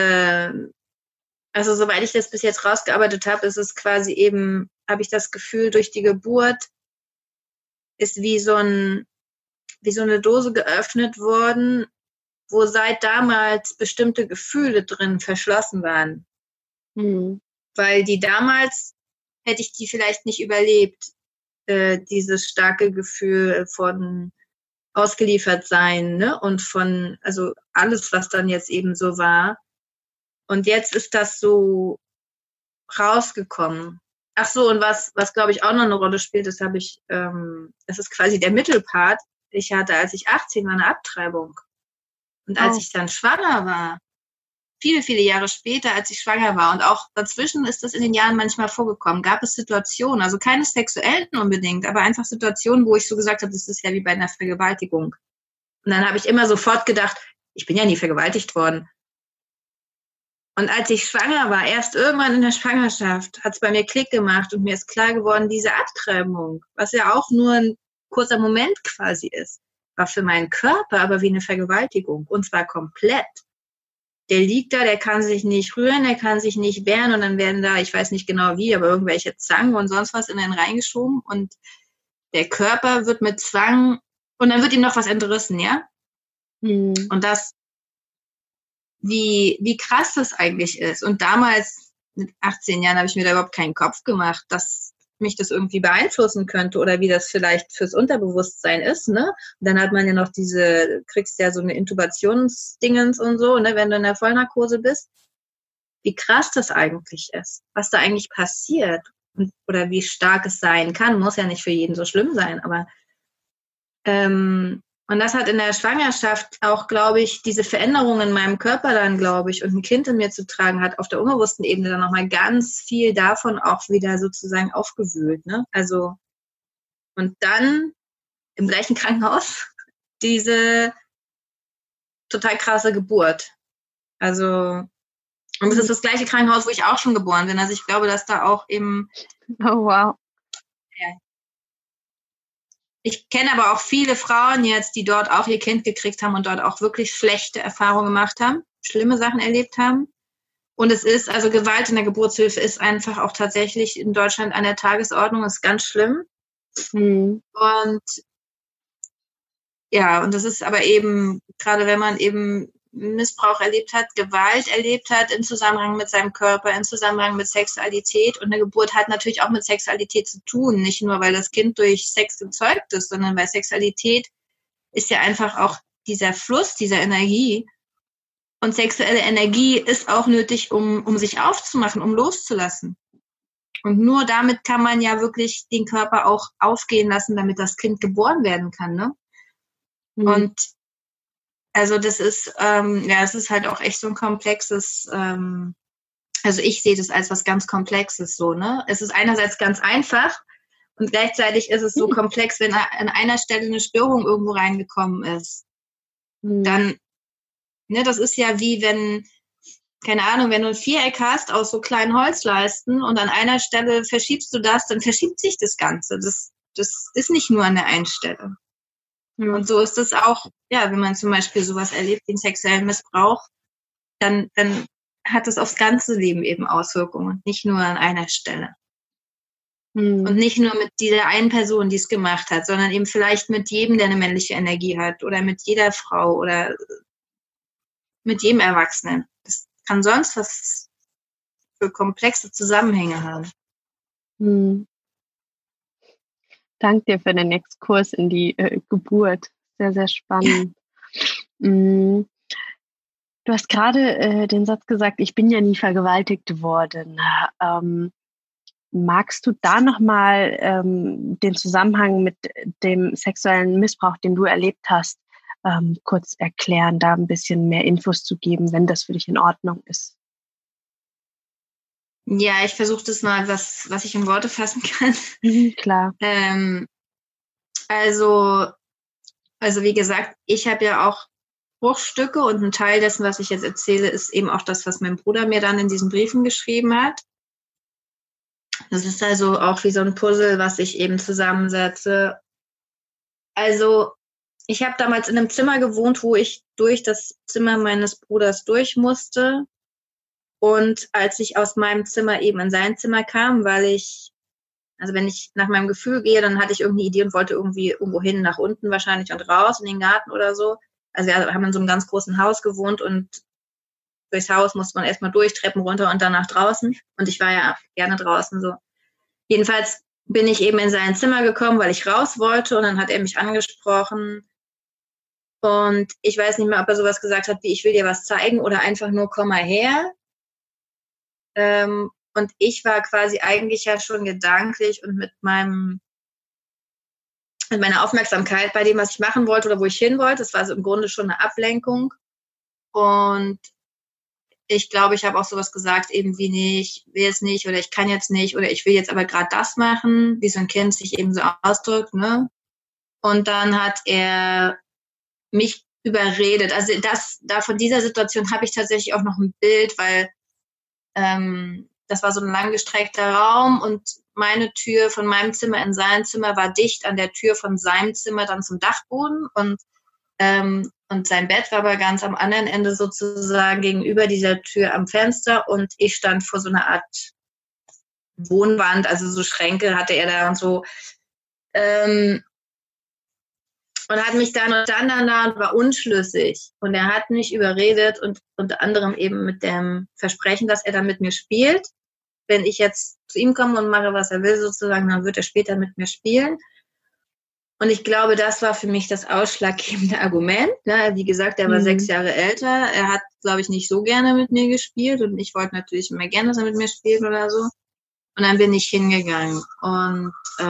also soweit ich das bis jetzt rausgearbeitet habe, ist es quasi eben, habe ich das Gefühl, durch die Geburt ist wie so eine Dose geöffnet worden, wo seit damals bestimmte Gefühle drin verschlossen waren. Mhm. Weil die damals hätte ich die vielleicht nicht überlebt, dieses starke Gefühl von ausgeliefert sein, ne? Und von, also alles, was dann jetzt eben so war. Und jetzt ist das so rausgekommen. Ach so, und was glaube ich auch noch eine Rolle spielt, das ist quasi der Mittelpart. Ich hatte, als ich 18 war, eine Abtreibung. Und als ich dann schwanger war, viele, viele Jahre später, als ich schwanger war, und auch dazwischen ist das in den Jahren manchmal vorgekommen, gab es Situationen, also keine sexuellen unbedingt, aber einfach Situationen, wo ich so gesagt habe, das ist ja wie bei einer Vergewaltigung. Und dann habe ich immer sofort gedacht, ich bin ja nie vergewaltigt worden. Und als ich schwanger war, erst irgendwann in der Schwangerschaft, hat es bei mir Klick gemacht und mir ist klar geworden, diese Abtreibung, was ja auch nur ein kurzer Moment quasi ist, war für meinen Körper aber wie eine Vergewaltigung. Und zwar komplett. Der liegt da, der kann sich nicht rühren, der kann sich nicht wehren und dann werden da, ich weiß nicht genau wie, aber irgendwelche Zangen und sonst was in den reingeschoben und der Körper wird mit Zwang und dann wird ihm noch was entrissen, ja? Mhm. Und das, wie krass das eigentlich ist. Und damals, mit 18 Jahren, habe ich mir da überhaupt keinen Kopf gemacht, dass mich das irgendwie beeinflussen könnte oder wie das vielleicht fürs Unterbewusstsein ist, ne? Und dann hat man ja noch kriegst ja so eine Intubationsdingens und so, ne, wenn du in der Vollnarkose bist. Wie krass das eigentlich ist, was da eigentlich passiert oder wie stark es sein kann, muss ja nicht für jeden so schlimm sein, aber und das hat in der Schwangerschaft auch, glaube ich, diese Veränderungen in meinem Körper dann, glaube ich, und ein Kind in mir zu tragen, hat auf der unbewussten Ebene dann nochmal ganz viel davon auch wieder sozusagen aufgewühlt, ne? Also, und dann im gleichen Krankenhaus diese total krasse Geburt. Also, und es ist das gleiche Krankenhaus, wo ich auch schon geboren bin. Also ich glaube, dass da auch eben, Oh, wow. ja. Ich kenne aber auch viele Frauen jetzt, die dort auch ihr Kind gekriegt haben und dort auch wirklich schlechte Erfahrungen gemacht haben, schlimme Sachen erlebt haben. Und es ist, also Gewalt in der Geburtshilfe ist einfach auch tatsächlich in Deutschland an der Tagesordnung, ist ganz schlimm. Mhm. Und ja, und das ist aber eben, gerade wenn man eben Missbrauch erlebt hat, Gewalt erlebt hat im Zusammenhang mit seinem Körper, im Zusammenhang mit Sexualität. Und eine Geburt hat natürlich auch mit Sexualität zu tun. Nicht nur, weil das Kind durch Sex gezeugt ist, sondern weil Sexualität ist ja einfach auch dieser Fluss dieser Energie. Und sexuelle Energie ist auch nötig, um sich aufzumachen, um loszulassen. Und nur damit kann man ja wirklich den Körper auch aufgehen lassen, damit das Kind geboren werden kann, ne? Mhm. Und also das ist, ja, es ist halt auch echt so ein komplexes, also ich sehe das als was ganz Komplexes so, ne? Es ist einerseits ganz einfach und gleichzeitig ist es so komplex, wenn an einer Stelle eine Störung irgendwo reingekommen ist. Mhm. Dann, ne, das ist ja wie wenn, keine Ahnung, wenn du ein Viereck hast aus so kleinen Holzleisten und an einer Stelle verschiebst du das, dann verschiebt sich das Ganze. Das ist nicht nur an der einen Stelle. Mhm. Und so ist es auch, ja, wenn man zum Beispiel sowas erlebt, den sexuellen Missbrauch, dann hat es aufs ganze Leben eben Auswirkungen, nicht nur an einer Stelle. Mhm. Und nicht nur mit dieser einen Person, die es gemacht hat, sondern eben vielleicht mit jedem, der eine männliche Energie hat oder mit jeder Frau oder mit jedem Erwachsenen. Das kann sonst was für komplexe Zusammenhänge haben. Mhm. Danke dir für den Exkurs in die Geburt. Sehr, sehr spannend. Mhm. Du hast gerade den Satz gesagt, ich bin ja nie vergewaltigt worden. Magst du da nochmal den Zusammenhang mit dem sexuellen Missbrauch, den du erlebt hast, kurz erklären, da ein bisschen mehr Infos zu geben, wenn das für dich in Ordnung ist? Ja, ich versuche das mal, was ich in Worte fassen kann. Mhm, klar. Also wie gesagt, ich habe ja auch Bruchstücke und ein Teil dessen, was ich jetzt erzähle, ist eben auch das, was mein Bruder mir dann in diesen Briefen geschrieben hat. Das ist also auch wie so ein Puzzle, was ich eben zusammensetze. Also ich habe damals in einem Zimmer gewohnt, wo ich durch das Zimmer meines Bruders durch musste. Und als ich aus meinem Zimmer eben in sein Zimmer kam, also wenn ich nach meinem Gefühl gehe, dann hatte ich irgendeine Idee und wollte irgendwie irgendwo hin, nach unten wahrscheinlich und raus in den Garten oder so. Also wir haben in so einem ganz großen Haus gewohnt und durchs Haus musste man erstmal durch, Treppen runter und dann nach draußen. Und ich war ja gerne draußen so. Jedenfalls bin ich eben in sein Zimmer gekommen, weil ich raus wollte und dann hat er mich angesprochen. Und ich weiß nicht mehr, ob er sowas gesagt hat, wie ich will dir was zeigen oder einfach nur komm mal her. Und ich war quasi eigentlich ja schon gedanklich und mit meiner Aufmerksamkeit bei dem, was ich machen wollte oder wo ich hin wollte. Das war so im Grunde schon eine Ablenkung. Und ich glaube, ich habe auch sowas gesagt, eben wie, nee, ich will jetzt nicht oder ich kann jetzt nicht oder ich will jetzt aber gerade das machen, wie so ein Kind sich eben so ausdrückt, ne? Und dann hat er mich überredet. Also von dieser Situation habe ich tatsächlich auch noch ein Bild, weil das war so ein langgestreckter Raum und meine Tür von meinem Zimmer in sein Zimmer war dicht an der Tür von seinem Zimmer dann zum Dachboden und sein Bett war aber ganz am anderen Ende sozusagen gegenüber dieser Tür am Fenster und ich stand vor so einer Art Wohnwand, also so Schränke hatte er da und so. Und hat mich dann und dann und war unschlüssig. Und er hat mich überredet und unter anderem eben mit dem Versprechen, dass er dann mit mir spielt. Wenn ich jetzt zu ihm komme und mache, was er will sozusagen, dann wird er später mit mir spielen. Und ich glaube, das war für mich das ausschlaggebende Argument. Ja, wie gesagt, er war 6 Jahre älter. Er hat, glaube ich, nicht so gerne mit mir gespielt. Und ich wollte natürlich immer gerne, dass er mit mir spielt oder so. Und dann bin ich hingegangen. Und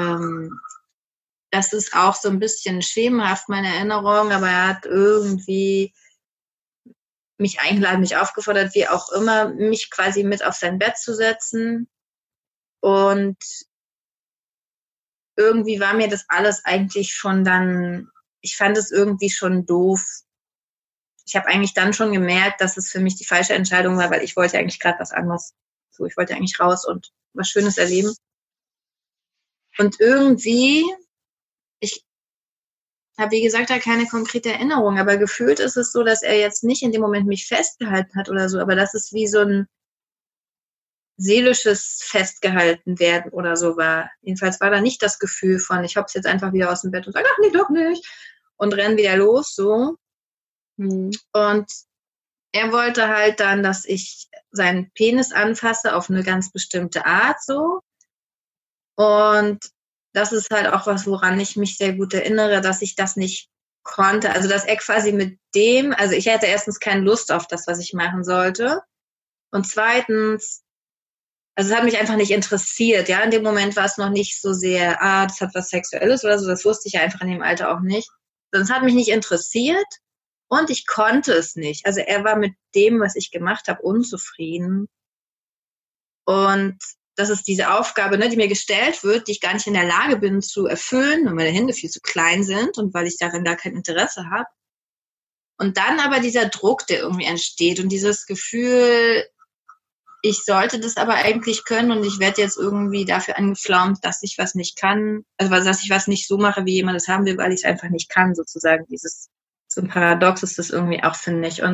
das ist auch so ein bisschen schemenhaft, meine Erinnerung. Aber er hat irgendwie mich eingeladen, mich aufgefordert, wie auch immer, mich quasi mit auf sein Bett zu setzen. Und irgendwie war mir das alles eigentlich schon dann, ich fand es irgendwie schon doof. Ich habe eigentlich dann schon gemerkt, dass es für mich die falsche Entscheidung war, weil ich wollte eigentlich gerade was anderes. So, ich wollte eigentlich raus und was Schönes erleben. Und irgendwie, ich habe, wie gesagt, da keine konkrete Erinnerung, aber gefühlt ist es so, dass er jetzt nicht in dem Moment mich festgehalten hat oder so, aber das ist wie so ein seelisches Festgehalten werden oder so war. Jedenfalls war da nicht das Gefühl von, ich hopp's jetzt einfach wieder aus dem Bett und sage, ach nee, doch nicht. Und renn wieder los, so. Und er wollte halt dann, dass ich seinen Penis anfasse auf eine ganz bestimmte Art, so. Und das ist halt auch was, woran ich mich sehr gut erinnere, dass ich das nicht konnte. Also, dass er quasi mit dem, also ich hatte erstens keine Lust auf das, was ich machen sollte. Und zweitens, also es hat mich einfach nicht interessiert, ja. In dem Moment war es noch nicht so sehr, das hat was Sexuelles oder so, das wusste ich ja einfach in dem Alter auch nicht. Sonst hat mich nicht interessiert und ich konnte es nicht. Also er war mit dem, was ich gemacht habe, unzufrieden. Und das ist diese Aufgabe, ne, die mir gestellt wird, die ich gar nicht in der Lage bin zu erfüllen, weil meine Hände viel zu klein sind und weil ich darin gar kein Interesse habe. Und dann aber dieser Druck, der irgendwie entsteht und dieses Gefühl, ich sollte das aber eigentlich können und ich werde jetzt irgendwie dafür angeflaumt, dass ich was nicht kann, also dass ich was nicht so mache, wie jemand es haben will, weil ich es einfach nicht kann, sozusagen. So ein Paradox ist das irgendwie auch, finde ich.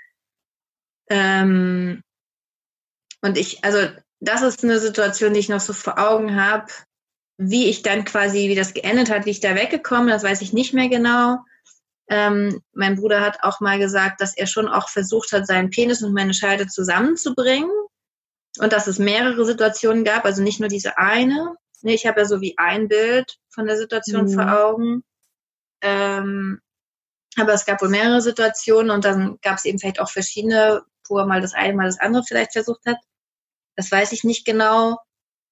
Also das ist eine Situation, die ich noch so vor Augen habe, wie das geendet hat, wie ich da weggekommen, das weiß ich nicht mehr genau. Mein Bruder hat auch mal gesagt, dass er schon auch versucht hat, seinen Penis und meine Scheide zusammenzubringen und dass es mehrere Situationen gab, also nicht nur diese eine. Ich habe ja so wie ein Bild von der Situation vor Augen. Aber es gab wohl mehrere Situationen und dann gab es eben vielleicht auch verschiedene, wo er mal das eine, mal das andere vielleicht versucht hat. Das weiß ich nicht genau.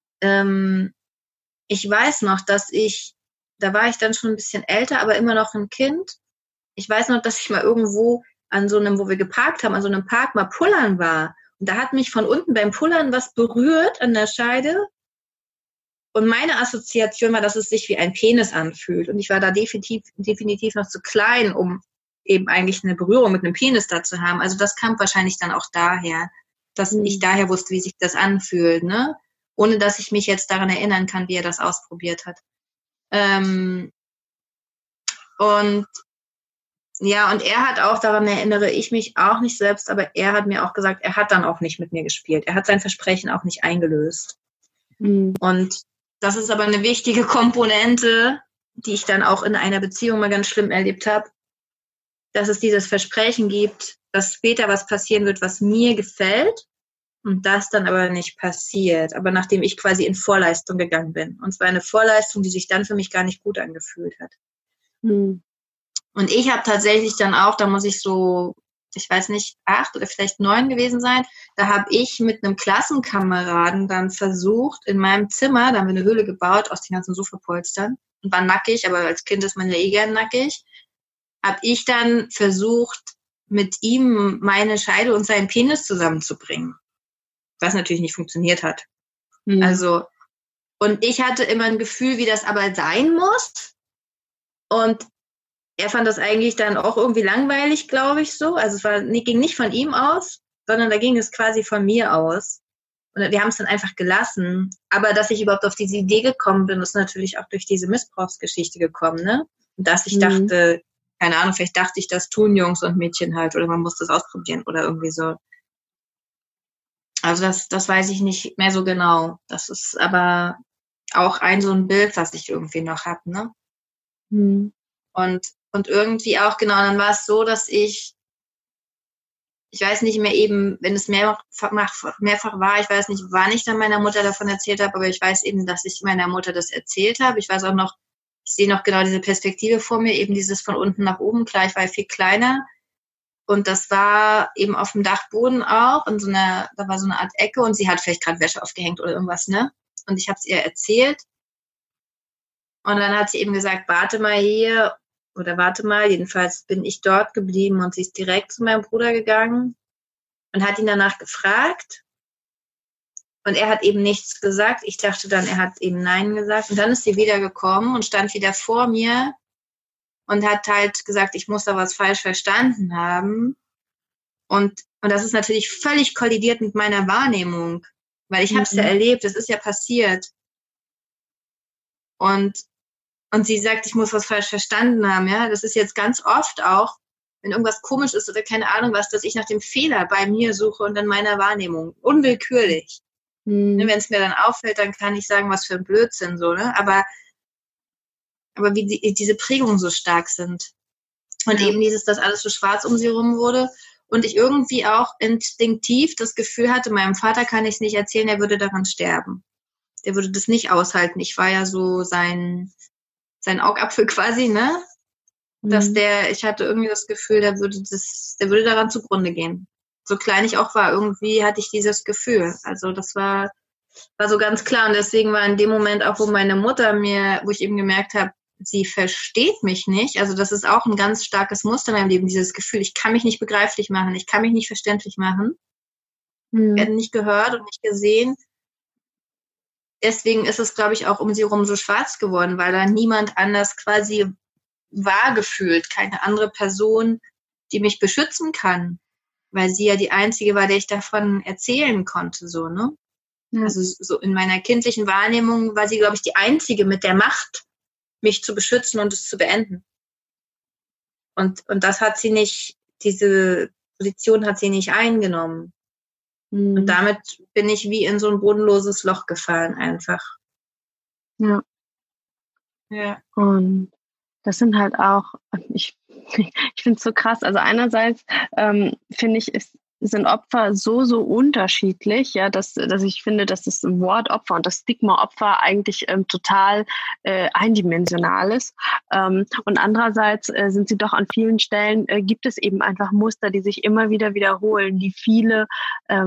Ich weiß noch, da war ich dann schon ein bisschen älter, aber immer noch ein Kind. Ich weiß noch, dass ich mal irgendwo an so einem, wo wir geparkt haben, an so einem Park mal pullern war. Und da hat mich von unten beim Pullern was berührt an der Scheide. Und meine Assoziation war, dass es sich wie ein Penis anfühlt. Und ich war da definitiv noch zu klein, um eben eigentlich eine Berührung mit einem Penis da zu haben. Also das kam wahrscheinlich dann auch daher, dass ich daher wusste, wie sich das anfühlt, ne? Ohne dass ich mich jetzt daran erinnern kann, wie er das ausprobiert hat. Und ja, und er hat auch, daran erinnere ich mich auch nicht selbst, aber er hat mir auch gesagt, er hat dann auch nicht mit mir gespielt. Er hat sein Versprechen auch nicht eingelöst. Und das ist aber eine wichtige Komponente, die ich dann auch in einer Beziehung mal ganz schlimm erlebt habe, dass es dieses Versprechen gibt, dass später was passieren wird, was mir gefällt und das dann aber nicht passiert. Aber nachdem ich quasi in Vorleistung gegangen bin. Und zwar eine Vorleistung, die sich dann für mich gar nicht gut angefühlt hat. Und ich habe tatsächlich dann auch, da muss ich so, ich weiß nicht, 8 oder vielleicht 9 gewesen sein, da habe ich mit einem Klassenkameraden dann versucht, in meinem Zimmer, da haben wir eine Höhle gebaut aus den ganzen Sofapolstern und war nackig, aber als Kind ist man ja gern nackig, habe ich dann versucht, mit ihm meine Scheide und seinen Penis zusammenzubringen. Was natürlich nicht funktioniert hat. Also, und ich hatte immer ein Gefühl, wie das aber sein muss. Und er fand das eigentlich dann auch irgendwie langweilig, glaube ich, so. Also es ging nicht von ihm aus, sondern da ging es quasi von mir aus. Und wir haben es dann einfach gelassen. Aber dass ich überhaupt auf diese Idee gekommen bin, ist natürlich auch durch diese Missbrauchsgeschichte gekommen, ne? Und dass ich dachte, keine Ahnung, vielleicht dachte ich, das tun Jungs und Mädchen halt oder man muss das ausprobieren oder irgendwie so. Also das weiß ich nicht mehr so genau. Das ist aber auch so ein Bild, was ich irgendwie noch habe, ne? Und irgendwie auch, genau, dann war es so, dass ich weiß nicht mehr eben, wenn es mehrfach war, ich weiß nicht, wann ich dann meiner Mutter davon erzählt habe, aber ich weiß eben, dass ich meiner Mutter das erzählt habe. Ich weiß auch noch, ich sehe noch genau diese Perspektive vor mir, eben dieses von unten nach oben, klar, ich war ja viel kleiner. Und das war eben auf dem Dachboden auch, da war so eine Art Ecke und sie hat vielleicht gerade Wäsche aufgehängt oder irgendwas, ne? Und ich habe es ihr erzählt. Und dann hat sie eben gesagt, warte mal hier, oder warte mal, jedenfalls bin ich dort geblieben und sie ist direkt zu meinem Bruder gegangen und hat ihn danach gefragt. Und er hat eben nichts gesagt. Ich dachte dann, er hat eben Nein gesagt. Und dann ist sie wieder gekommen und stand wieder vor mir und hat halt gesagt, ich muss da was falsch verstanden haben. Und das ist natürlich völlig kollidiert mit meiner Wahrnehmung, weil ich habe es ja erlebt, es ist ja passiert. Und sie sagt, ich muss was falsch verstanden haben, ja. Das ist jetzt ganz oft auch, wenn irgendwas komisch ist oder keine Ahnung was, dass ich nach dem Fehler bei mir suche und in meiner Wahrnehmung. Unwillkürlich. Wenn es mir dann auffällt, dann kann ich sagen, was für ein Blödsinn, so, ne? Aber wie diese Prägungen so stark sind. Und eben dass alles so schwarz um sie rum wurde. Und ich irgendwie auch instinktiv das Gefühl hatte, meinem Vater kann ich es nicht erzählen, er würde daran sterben. Der würde das nicht aushalten. Ich war ja so sein Augapfel quasi, ne? Ich hatte irgendwie das Gefühl, der würde daran zugrunde gehen. So klein ich auch war, irgendwie hatte ich dieses Gefühl. Also das war so ganz klar. Und deswegen war in dem Moment auch, wo meine Mutter wo ich eben gemerkt habe, sie versteht mich nicht. Also das ist auch ein ganz starkes Muster in meinem Leben, dieses Gefühl, ich kann mich nicht begreiflich machen, ich kann mich nicht verständlich machen. Werden nicht gehört und nicht gesehen. Deswegen ist es, glaube ich, auch um sie herum so schwarz geworden, weil da niemand anders quasi war gefühlt, keine andere Person, die mich beschützen kann, weil sie ja die einzige war, der ich davon erzählen konnte, so, ne? Ja. Also so in meiner kindlichen Wahrnehmung war sie, glaube ich, die einzige mit der Macht, mich zu beschützen und es zu beenden. Und das hat sie nicht, diese Position hat sie nicht eingenommen. Und damit bin ich wie in so ein bodenloses Loch gefallen einfach. Ja. Und das sind halt auch, ich finde es so krass. Also einerseits finde ich, sind Opfer so unterschiedlich, ja, dass ich finde, dass das Wort Opfer und das Stigma Opfer eigentlich total eindimensional ist. Und andererseits sind sie doch an vielen Stellen, gibt es eben einfach Muster, die sich immer wieder wiederholen, die viele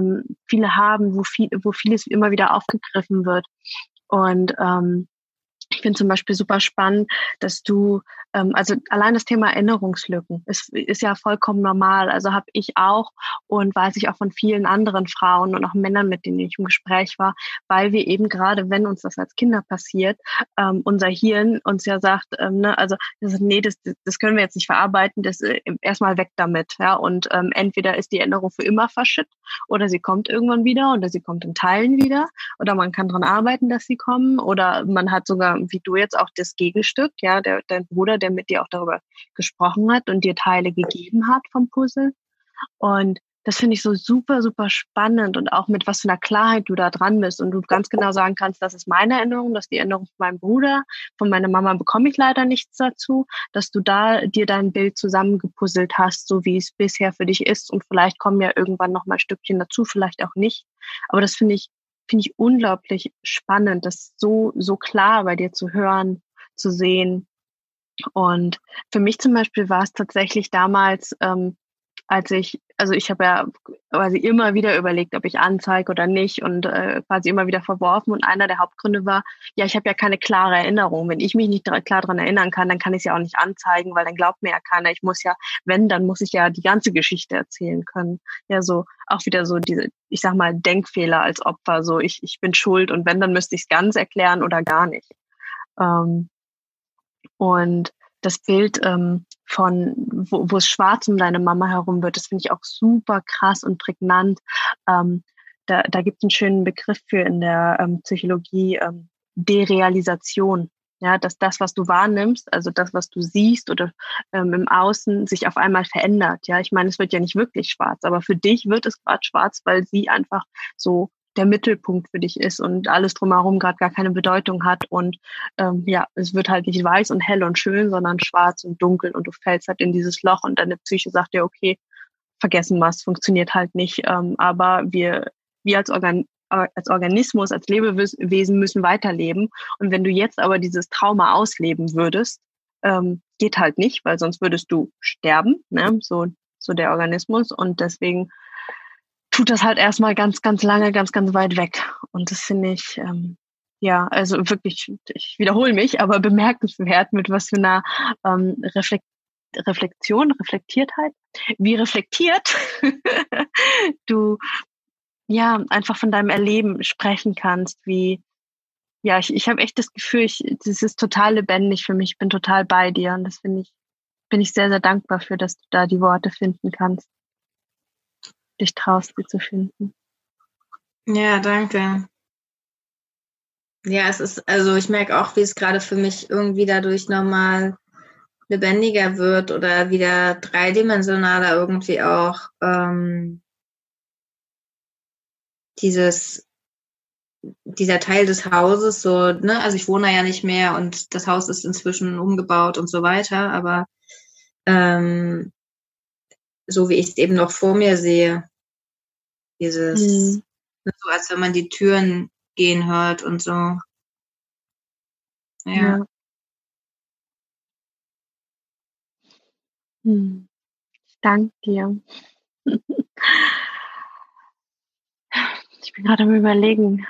haben, wo vieles immer wieder aufgegriffen wird. Und ich Ich finde zum Beispiel super spannend, dass du, also allein das Thema Erinnerungslücken ist ja vollkommen normal. Also habe ich auch und weiß ich auch von vielen anderen Frauen und auch Männern, mit denen ich im Gespräch war, weil wir eben gerade, wenn uns das als Kinder passiert, unser Hirn uns ja sagt, ne, also nee, das können wir jetzt nicht verarbeiten, das erstmal weg damit. Ja, und entweder ist die Erinnerung für immer verschütt oder sie kommt irgendwann wieder oder sie kommt in Teilen wieder oder man kann dran arbeiten, dass sie kommen oder man hat sogar, wie du jetzt, auch das Gegenstück, ja, dein Bruder, der mit dir auch darüber gesprochen hat und dir Teile gegeben hat vom Puzzle. Und das finde ich so super, super spannend und auch mit was für einer Klarheit du da dran bist und du ganz genau sagen kannst, das ist meine Erinnerung, das ist die Erinnerung von meinem Bruder, von meiner Mama bekomme ich leider nichts dazu, dass du da dir dein Bild zusammengepuzzelt hast, so wie es bisher für dich ist und vielleicht kommen ja irgendwann noch mal Stückchen dazu, vielleicht auch nicht. Aber das finde ich unglaublich spannend, das so klar bei dir zu hören, zu sehen. Und für mich zum Beispiel war es tatsächlich damals, also ich habe ja quasi immer wieder überlegt, ob ich anzeige oder nicht und quasi immer wieder verworfen. Und einer der Hauptgründe war, ja, ich habe ja keine klare Erinnerung. Wenn ich mich nicht klar daran erinnern kann, dann kann ich es ja auch nicht anzeigen, weil dann glaubt mir ja keiner. Ich muss ja, wenn, dann muss ich ja die ganze Geschichte erzählen können. Ja, so auch wieder so diese, ich sag mal, Denkfehler als Opfer. So, ich bin schuld und wenn, dann müsste ich es ganz erklären oder gar nicht. Ähm, und das Bild wo es schwarz um deine Mama herum wird, das finde ich auch super krass und prägnant. Da gibt es einen schönen Begriff für in der Psychologie, Derealisation. Ja, dass das, was du wahrnimmst, also das, was du siehst oder im Außen, sich auf einmal verändert. Ja, ich meine, es wird ja nicht wirklich schwarz, aber für dich wird es gerade schwarz, weil sie einfach so der Mittelpunkt für dich ist und alles drumherum gerade gar keine Bedeutung hat und ja, es wird halt nicht weiß und hell und schön, sondern schwarz und dunkel und du fällst halt in dieses Loch und deine Psyche sagt dir, okay, vergessen was, funktioniert halt nicht, aber wir als Organismus, als Lebewesen müssen weiterleben und wenn du jetzt aber dieses Trauma ausleben würdest, geht halt nicht, weil sonst würdest du sterben, ne? So der Organismus und deswegen tut das halt erstmal ganz, ganz lange, ganz, ganz weit weg. Und das finde ich, ja, also wirklich, ich wiederhole mich, aber bemerkenswert, mit was für einer Reflektiertheit, wie reflektiert du ja einfach von deinem Erleben sprechen kannst, wie, ja, ich habe echt das Gefühl, das ist total lebendig für mich, ich bin total bei dir und das bin ich sehr, sehr dankbar für, dass du da die Worte finden kannst, dich traust, sie zu finden. Ja, danke. Ja, es ist, also ich merke auch, wie es gerade für mich irgendwie dadurch nochmal lebendiger wird oder wieder dreidimensionaler irgendwie auch dieser Teil des Hauses, so, ne, also ich wohne da ja nicht mehr und das Haus ist inzwischen umgebaut und so weiter, aber so wie ich es eben noch vor mir sehe, dieses, so als wenn man die Türen gehen hört und so. Ja. Ja. Ich danke dir. Ich bin gerade am Überlegen,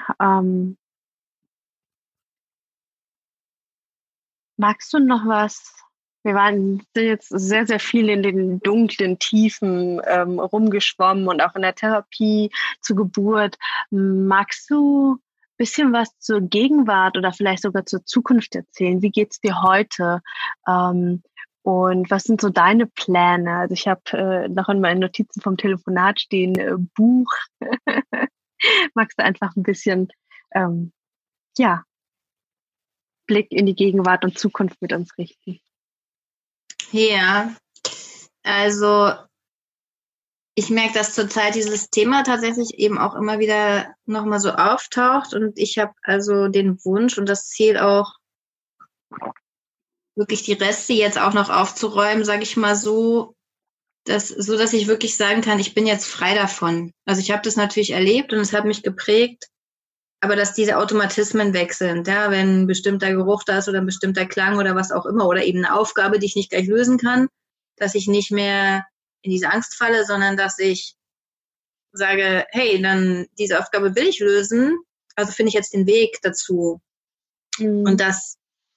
magst du noch was? Sind jetzt sehr, sehr viel in den dunklen Tiefen rumgeschwommen und auch in der Therapie zur Geburt. Magst du ein bisschen was zur Gegenwart oder vielleicht sogar zur Zukunft erzählen? Wie geht's dir heute? Und was sind so deine Pläne? Also ich habe noch in meinen Notizen vom Telefonat stehen, Buch. Magst du einfach ein bisschen, ja, Blick in die Gegenwart und Zukunft mit uns richten? Ja, also ich merke, dass zurzeit dieses Thema tatsächlich eben auch immer wieder nochmal so auftaucht und ich habe also den Wunsch und das Ziel auch, wirklich die Reste jetzt auch noch aufzuräumen, sage ich mal so, dass ich wirklich sagen kann, ich bin jetzt frei davon. Also ich habe das natürlich erlebt und es hat mich geprägt, aber dass diese Automatismen weg sind, ja, wenn ein bestimmter Geruch da ist oder ein bestimmter Klang oder was auch immer oder eben eine Aufgabe, die ich nicht gleich lösen kann, dass ich nicht mehr in diese Angst falle, sondern dass ich sage, hey, dann diese Aufgabe will ich lösen, also finde ich jetzt den Weg dazu. Und das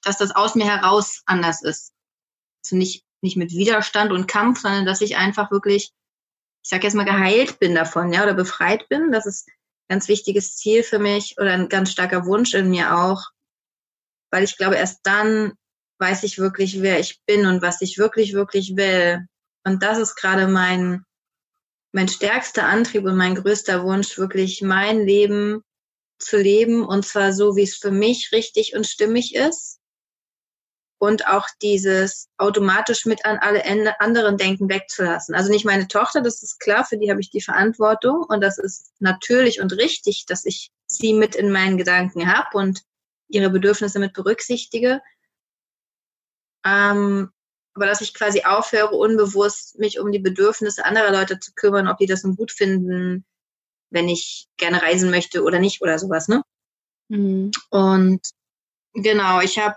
dass das aus mir heraus anders ist. Also nicht mit Widerstand und Kampf, sondern dass ich einfach wirklich, ich sag jetzt mal, geheilt bin davon, ja, oder befreit bin. Das ist ein ganz wichtiges Ziel für mich oder ein ganz starker Wunsch in mir auch, weil ich glaube, erst dann weiß ich wirklich, wer ich bin und was ich wirklich, wirklich will. Und das ist gerade mein stärkster Antrieb und mein größter Wunsch, wirklich mein Leben zu leben, und zwar so, wie es für mich richtig und stimmig ist, und auch dieses automatisch mit an alle anderen Denken wegzulassen. Also nicht meine Tochter, das ist klar, für die habe ich die Verantwortung, und das ist natürlich und richtig, dass ich sie mit in meinen Gedanken habe und ihre Bedürfnisse mit berücksichtige. Aber dass ich quasi aufhöre, unbewusst mich um die Bedürfnisse anderer Leute zu kümmern, ob die das nun gut finden, wenn ich gerne reisen möchte oder nicht oder sowas, ne? Mhm. Und genau, ich habe,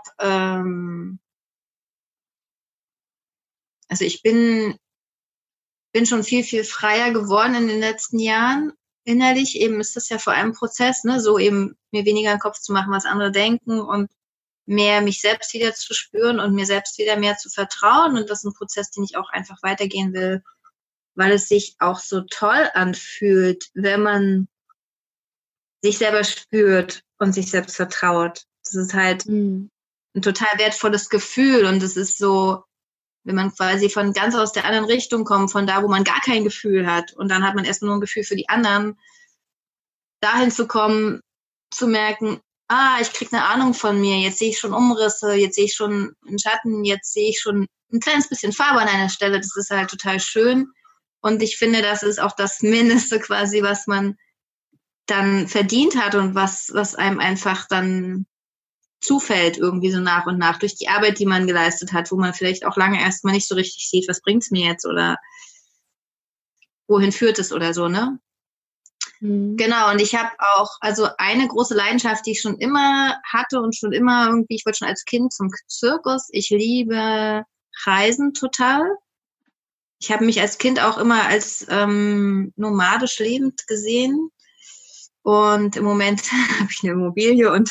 also ich bin schon viel, viel freier geworden in den letzten Jahren. Innerlich eben ist das ja vor allem ein Prozess, ne? So eben mir weniger im Kopf zu machen, was andere denken, und mehr mich selbst wieder zu spüren und mir selbst wieder mehr zu vertrauen. Und das ist ein Prozess, den ich auch einfach weitergehen will, weil es sich auch so toll anfühlt, wenn man sich selber spürt und sich selbst vertraut. Das ist halt ein total wertvolles Gefühl, und es ist so, wenn man quasi von ganz aus der anderen Richtung kommt, von da, wo man gar kein Gefühl hat, und dann hat man erst nur ein Gefühl für die anderen, dahin zu kommen, zu merken, ich krieg eine Ahnung von mir, jetzt sehe ich schon Umrisse, jetzt sehe ich schon einen Schatten, jetzt sehe ich schon ein kleines bisschen Farbe an einer Stelle, das ist halt total schön, und ich finde, das ist auch das Mindeste quasi, was man dann verdient hat und was einem einfach dann zufällt irgendwie so nach und nach durch die Arbeit, die man geleistet hat, wo man vielleicht auch lange erstmal nicht so richtig sieht, was bringt's mir jetzt oder wohin führt es oder so, ne? Genau, und ich habe auch, also eine große Leidenschaft, die ich schon immer hatte und schon immer irgendwie, ich wollte schon als Kind zum Zirkus. Ich liebe Reisen total. Ich habe mich als Kind auch immer als nomadisch lebend gesehen. Und im Moment habe ich eine Immobilie und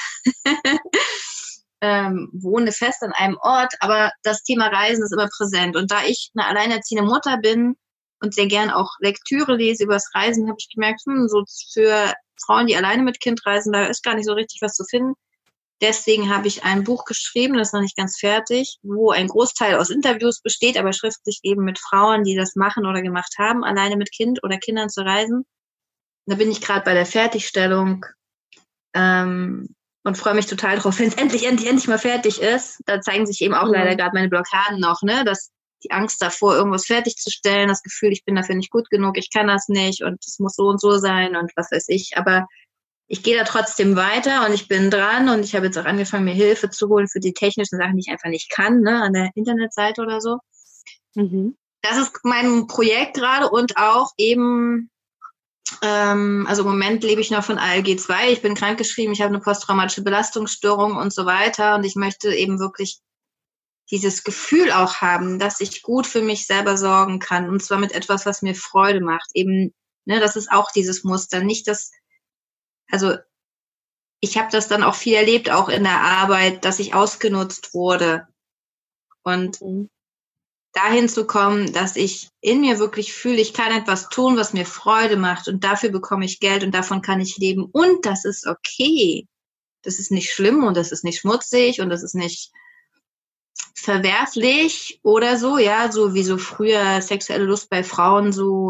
wohne fest an einem Ort. Aber das Thema Reisen ist immer präsent. Und da ich eine alleinerziehende Mutter bin und sehr gern auch Lektüre lese über das Reisen, habe ich gemerkt, so für Frauen, die alleine mit Kind reisen, da ist gar nicht so richtig was zu finden. Deswegen habe ich ein Buch geschrieben, das ist noch nicht ganz fertig, wo ein Großteil aus Interviews besteht, aber schriftlich eben mit Frauen, die das machen oder gemacht haben, alleine mit Kind oder Kindern zu reisen. Da bin ich gerade bei der Fertigstellung und freue mich total drauf, wenn es endlich mal fertig ist. Da zeigen sich eben auch leider gerade meine Blockaden noch, ne? Dass die Angst davor, irgendwas fertigzustellen, das Gefühl, ich bin dafür nicht gut genug, ich kann das nicht und es muss so und so sein und was weiß ich. Aber ich gehe da trotzdem weiter und ich bin dran, und ich habe jetzt auch angefangen, mir Hilfe zu holen für die technischen Sachen, die ich einfach nicht kann, ne, an der Internetseite oder so. Das ist mein Projekt gerade, und auch eben, also im Moment lebe ich noch von ALG2, ich bin krankgeschrieben, ich habe eine posttraumatische Belastungsstörung und so weiter, und ich möchte eben wirklich dieses Gefühl auch haben, dass ich gut für mich selber sorgen kann, und zwar mit etwas, was mir Freude macht. Eben, ne, das ist auch dieses Muster, nicht das, also ich habe das dann auch viel erlebt, auch in der Arbeit, dass ich ausgenutzt wurde. Und dahin zu kommen, dass ich in mir wirklich fühle, ich kann etwas tun, was mir Freude macht, und dafür bekomme ich Geld und davon kann ich leben, und das ist okay. Das ist nicht schlimm und das ist nicht schmutzig und das ist nicht verwerflich oder so, ja, so wie so früher sexuelle Lust bei Frauen so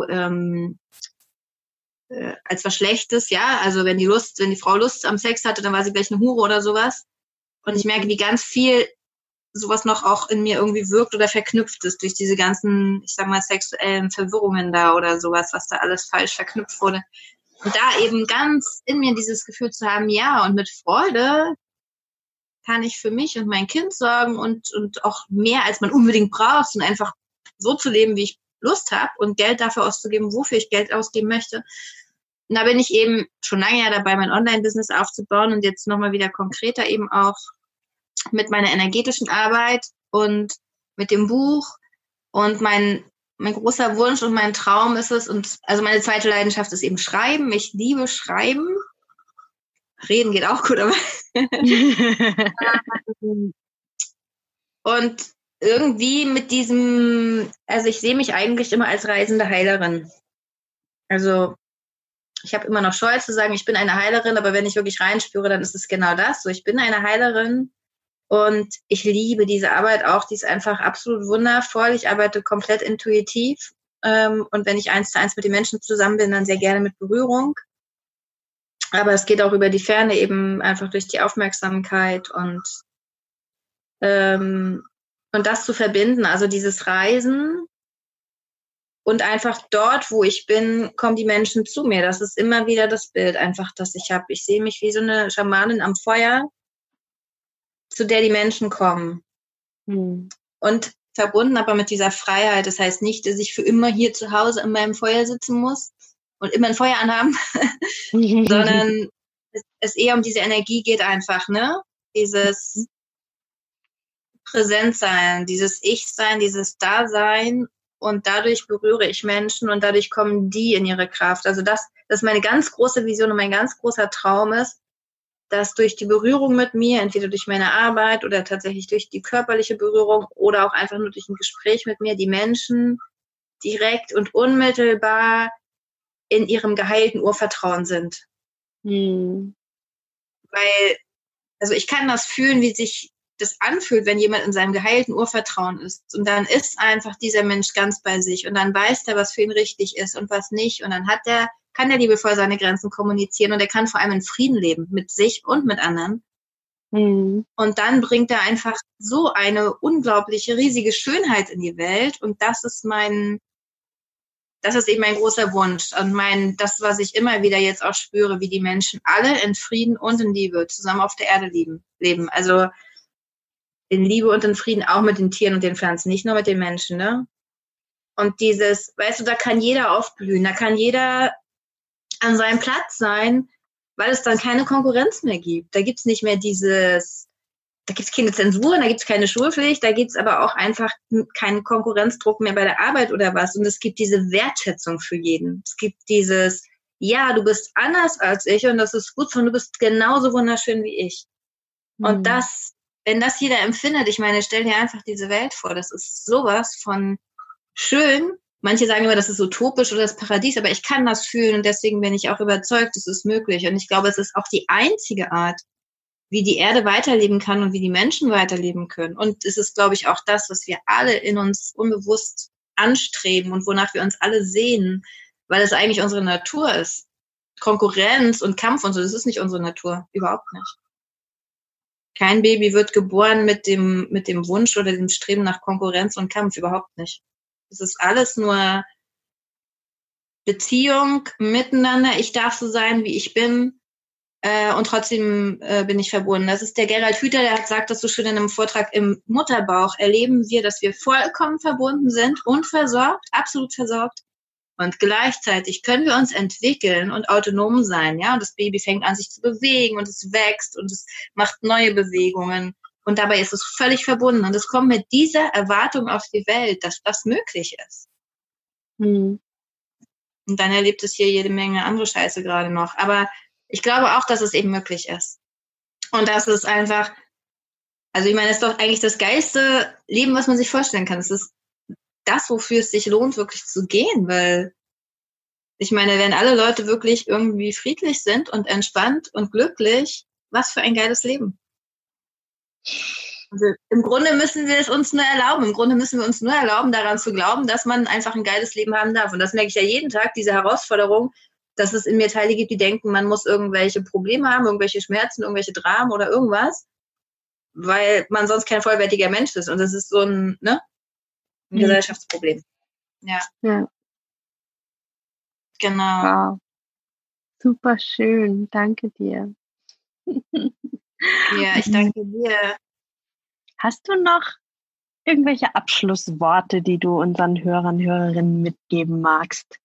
als was Schlechtes, ja, also wenn die Frau Lust am Sex hatte, dann war sie gleich eine Hure oder sowas. Und ich merke, wie ganz viel sowas noch auch in mir irgendwie wirkt oder verknüpft ist durch diese ganzen, ich sag mal, sexuellen Verwirrungen da oder sowas, was da alles falsch verknüpft wurde. Und da eben ganz in mir dieses Gefühl zu haben, ja, und mit Freude kann ich für mich und mein Kind sorgen und auch mehr, als man unbedingt braucht, und einfach so zu leben, wie ich Lust habe, und Geld dafür auszugeben, wofür ich Geld ausgeben möchte. Und da bin ich eben schon lange ja dabei, mein Online-Business aufzubauen, und jetzt nochmal wieder konkreter eben auch mit meiner energetischen Arbeit und mit dem Buch. Und mein großer Wunsch und mein Traum ist es, und also meine zweite Leidenschaft ist eben Schreiben. Ich liebe Schreiben. Reden geht auch gut, aber Und irgendwie mit diesem, also ich sehe mich eigentlich immer als reisende Heilerin. Also ich habe immer noch Scheu zu sagen, ich bin eine Heilerin, aber wenn ich wirklich reinspüre, dann ist es genau das. So, ich bin eine Heilerin und ich liebe diese Arbeit auch. Die ist einfach absolut wundervoll. Ich arbeite komplett intuitiv. Und wenn ich 1:1 mit den Menschen zusammen bin, dann sehr gerne mit Berührung. Aber es geht auch über die Ferne eben einfach durch die Aufmerksamkeit und das zu verbinden, also dieses Reisen und einfach dort, wo ich bin, kommen die Menschen zu mir. Das ist immer wieder das Bild einfach, das ich habe. Ich sehe mich wie so eine Schamanin am Feuer, zu der die Menschen kommen. Und verbunden aber mit dieser Freiheit. Das heißt nicht, dass ich für immer hier zu Hause in meinem Feuer sitzen muss und immer ein Feuer anhaben, sondern es eher um diese Energie geht einfach, ne? Dieses Präsentsein, dieses Ich-Sein, dieses Dasein und dadurch berühre ich Menschen und dadurch kommen die in ihre Kraft. Also das meine ganz große Vision und mein ganz großer Traum ist, dass durch die Berührung mit mir, entweder durch meine Arbeit oder tatsächlich durch die körperliche Berührung oder auch einfach nur durch ein Gespräch mit mir, die Menschen direkt und unmittelbar in ihrem geheilten Urvertrauen sind. Weil, also ich kann das fühlen, wie sich das anfühlt, wenn jemand in seinem geheilten Urvertrauen ist. Und dann ist einfach dieser Mensch ganz bei sich und dann weiß er, was für ihn richtig ist und was nicht. Und dann kann er liebevoll seine Grenzen kommunizieren und er kann vor allem in Frieden leben mit sich und mit anderen. Und dann bringt er einfach so eine unglaubliche, riesige Schönheit in die Welt. Und das ist eben mein großer Wunsch und das, was ich immer wieder jetzt auch spüre, wie die Menschen alle in Frieden und in Liebe zusammen auf der Erde leben. Also in Liebe und in Frieden auch mit den Tieren und den Pflanzen, nicht nur mit den Menschen, ne? Und weißt du, da kann jeder aufblühen, da kann jeder an seinem Platz sein, weil es dann keine Konkurrenz mehr gibt. Da gibt's nicht mehr da gibt's keine Zensuren, da gibt's keine Schulpflicht, da gibt's aber auch einfach keinen Konkurrenzdruck mehr bei der Arbeit oder was. Und es gibt diese Wertschätzung für jeden. Es gibt ja, du bist anders als ich und das ist gut so und du bist genauso wunderschön wie ich. Und wenn das jeder empfindet, ich meine, stell dir einfach diese Welt vor, das ist sowas von schön. Manche sagen immer, das ist utopisch oder das Paradies, aber ich kann das fühlen und deswegen bin ich auch überzeugt, es ist möglich. Und ich glaube, es ist auch die einzige Art, wie die Erde weiterleben kann und wie die Menschen weiterleben können. Und es ist, glaube ich, auch das, was wir alle in uns unbewusst anstreben und wonach wir uns alle sehnen, weil es eigentlich unsere Natur ist. Konkurrenz und Kampf und so, das ist nicht unsere Natur, überhaupt nicht. Kein Baby wird geboren mit dem Wunsch oder dem Streben nach Konkurrenz und Kampf, überhaupt nicht. Es ist alles nur Beziehung, miteinander. Ich darf so sein, wie ich bin und trotzdem bin ich verbunden. Das ist der Gerald Hüther, der hat sagt das so schön in einem Vortrag, im Mutterbauch erleben wir, dass wir vollkommen verbunden sind und versorgt, absolut versorgt. Und gleichzeitig können wir uns entwickeln und autonom sein, ja. Und das Baby fängt an, sich zu bewegen und es wächst und es macht neue Bewegungen. Und dabei ist es völlig verbunden. Und es kommt mit dieser Erwartung auf die Welt, dass das möglich ist. Und dann erlebt es hier jede Menge andere Scheiße gerade noch. Aber ich glaube auch, dass es eben möglich ist. Und das ist einfach, also ich meine, es ist doch eigentlich das geilste Leben, was man sich vorstellen kann. Es ist das, wofür es sich lohnt, wirklich zu gehen, weil ich meine, wenn alle Leute wirklich irgendwie friedlich sind und entspannt und glücklich, was für ein geiles Leben. Also im Grunde müssen wir es uns nur erlauben. Im Grunde müssen wir uns nur erlauben, daran zu glauben, dass man einfach ein geiles Leben haben darf. Und das merke ich ja jeden Tag, diese Herausforderung, dass es in mir Teile gibt, die denken, man muss irgendwelche Probleme haben, irgendwelche Schmerzen, irgendwelche Dramen oder irgendwas, weil man sonst kein vollwertiger Mensch ist. Und das ist so ein Gesellschaftsproblem. Ja. Genau. Wow. Super schön. Danke dir. Ja, ich danke dir. Hast du noch irgendwelche Abschlussworte, die du unseren Hörern, Hörerinnen mitgeben magst?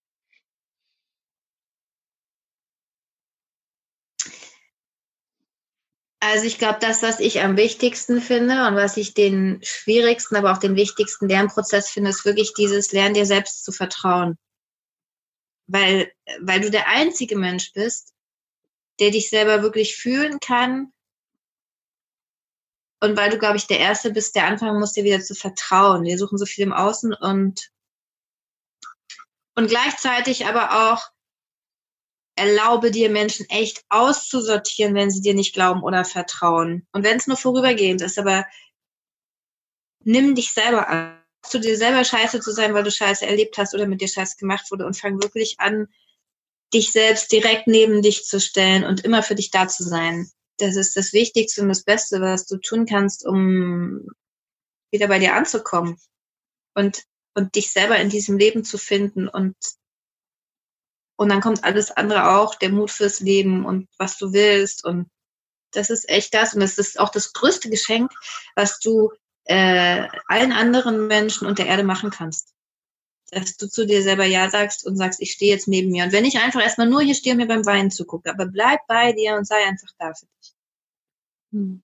Also ich glaube, das, was ich am wichtigsten finde und was ich den schwierigsten, aber auch den wichtigsten Lernprozess finde, ist wirklich dieses Lernen, dir selbst zu vertrauen. Weil du der einzige Mensch bist, der dich selber wirklich fühlen kann Und weil du, glaube ich, der Erste bist, der anfangen muss, dir wieder zu vertrauen. Wir suchen so viel im Außen und gleichzeitig aber auch erlaube dir, Menschen echt auszusortieren, wenn sie dir nicht glauben oder vertrauen. Und wenn es nur vorübergehend ist, aber nimm dich selber an. Zu dir selber scheiße zu sein, weil du Scheiße erlebt hast oder mit dir Scheiße gemacht wurde und fang wirklich an, dich selbst direkt neben dich zu stellen und immer für dich da zu sein. Das ist das Wichtigste und das Beste, was du tun kannst, um wieder bei dir anzukommen und dich selber in diesem Leben zu finden und dann kommt alles andere auch, der Mut fürs Leben und was du willst und das ist echt das und das ist auch das größte Geschenk, was du allen anderen Menschen und der Erde machen kannst. Dass du zu dir selber Ja sagst und sagst, ich stehe jetzt neben mir. Und wenn ich einfach erstmal nur hier stehe und mir beim Weinen zugucke, aber bleib bei dir und sei einfach da für dich.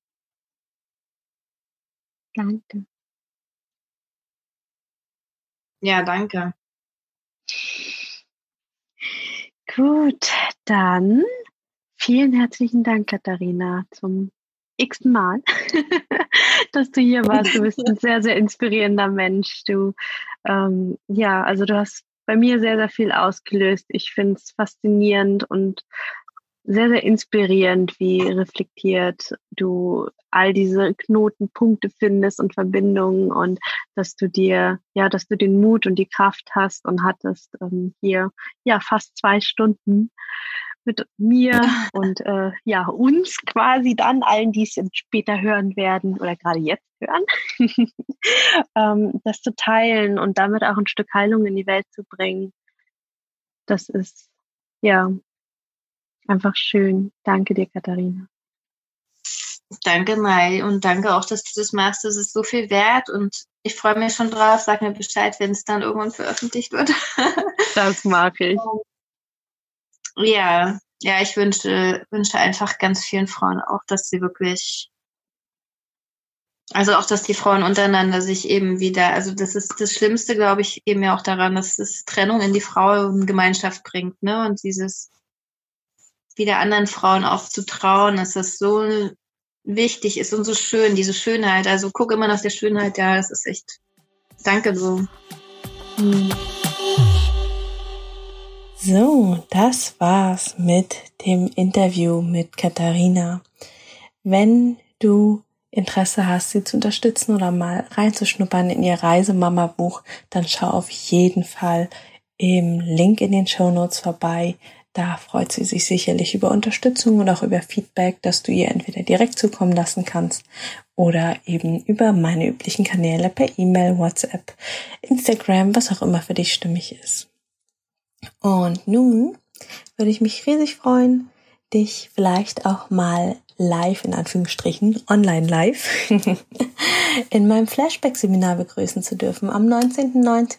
Danke. Ja, danke. Gut, dann vielen herzlichen Dank, Katharina, zum x-ten Mal, dass du hier warst. Du bist ein sehr, sehr inspirierender Mensch. Du, also du hast bei mir sehr, sehr viel ausgelöst. Ich finde es faszinierend und sehr, sehr inspirierend, wie reflektiert du all diese Knotenpunkte findest und Verbindungen und dass du den Mut und die Kraft hast und hattest, hier fast 2 Stunden mit mir und uns quasi dann, allen, die es später hören werden oder gerade jetzt hören, das zu teilen und damit auch ein Stück Heilung in die Welt zu bringen. Das ist einfach schön. Danke dir, Katharina. Danke, Mai. Und danke auch, dass du das machst. Das ist so viel wert und ich freue mich schon drauf. Sag mir Bescheid, wenn es dann irgendwann veröffentlicht wird. Das mag ich. Ja, ich wünsche einfach ganz vielen Frauen auch, dass sie wirklich, also auch, dass die Frauen untereinander sich eben wieder, also das ist das Schlimmste, glaube ich, eben ja auch daran, dass es Trennung in die Frauengemeinschaft bringt, ne? Und dieses wieder anderen Frauen auch zu trauen, dass das so wichtig ist und so schön, diese Schönheit. Also guck immer nach der Schönheit, ja, das ist echt, danke so. So, das war's mit dem Interview mit Katharina. Wenn du Interesse hast, sie zu unterstützen oder mal reinzuschnuppern in ihr Reisemama-Buch, dann schau auf jeden Fall im Link in den Shownotes vorbei. Da freut sie sich sicherlich über Unterstützung und auch über Feedback, das du ihr entweder direkt zukommen lassen kannst oder eben über meine üblichen Kanäle per E-Mail, WhatsApp, Instagram, was auch immer für dich stimmig ist. Und nun würde ich mich riesig freuen, dich vielleicht auch mal live, in Anführungsstrichen, online live, in meinem Flashback-Seminar begrüßen zu dürfen am 19.09.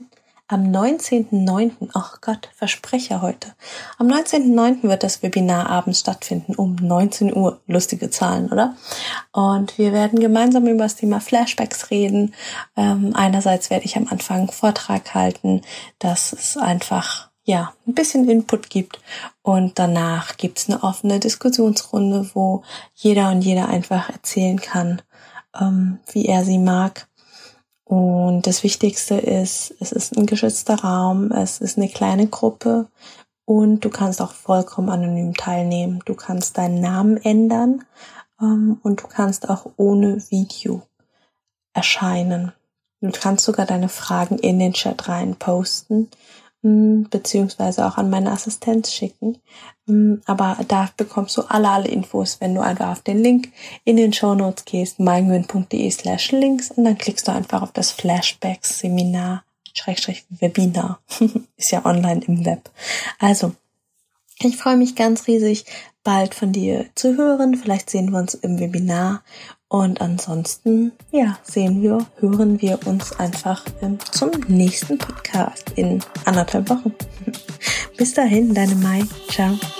Oh Gott, Versprecher heute. Am 19.09. wird das Webinar abends stattfinden um 19 Uhr. Lustige Zahlen, oder? Und wir werden gemeinsam über das Thema Flashbacks reden. Einerseits werde ich am Anfang einen Vortrag halten, dass es einfach ein bisschen Input gibt. Und danach gibt's eine offene Diskussionsrunde, wo jeder und jede einfach erzählen kann, wie er sie mag. Und das Wichtigste ist, es ist ein geschützter Raum, es ist eine kleine Gruppe und du kannst auch vollkommen anonym teilnehmen. Du kannst deinen Namen ändern und du kannst auch ohne Video erscheinen. Du kannst sogar deine Fragen in den Chat rein posten, beziehungsweise auch an meine Assistenz schicken. Aber da bekommst du alle Infos, wenn du einfach auf den Link in den Shownotes gehst, maingün.de/links und dann klickst du einfach auf das Flashbacks-Seminar /Webinar. Ist ja online im Web. Also, ich freue mich ganz riesig, bald von dir zu hören. Vielleicht sehen wir uns im Webinar. Und ansonsten, hören wir uns einfach zum nächsten Podcast in 1,5 Wochen. Bis dahin, deine Mai. Ciao.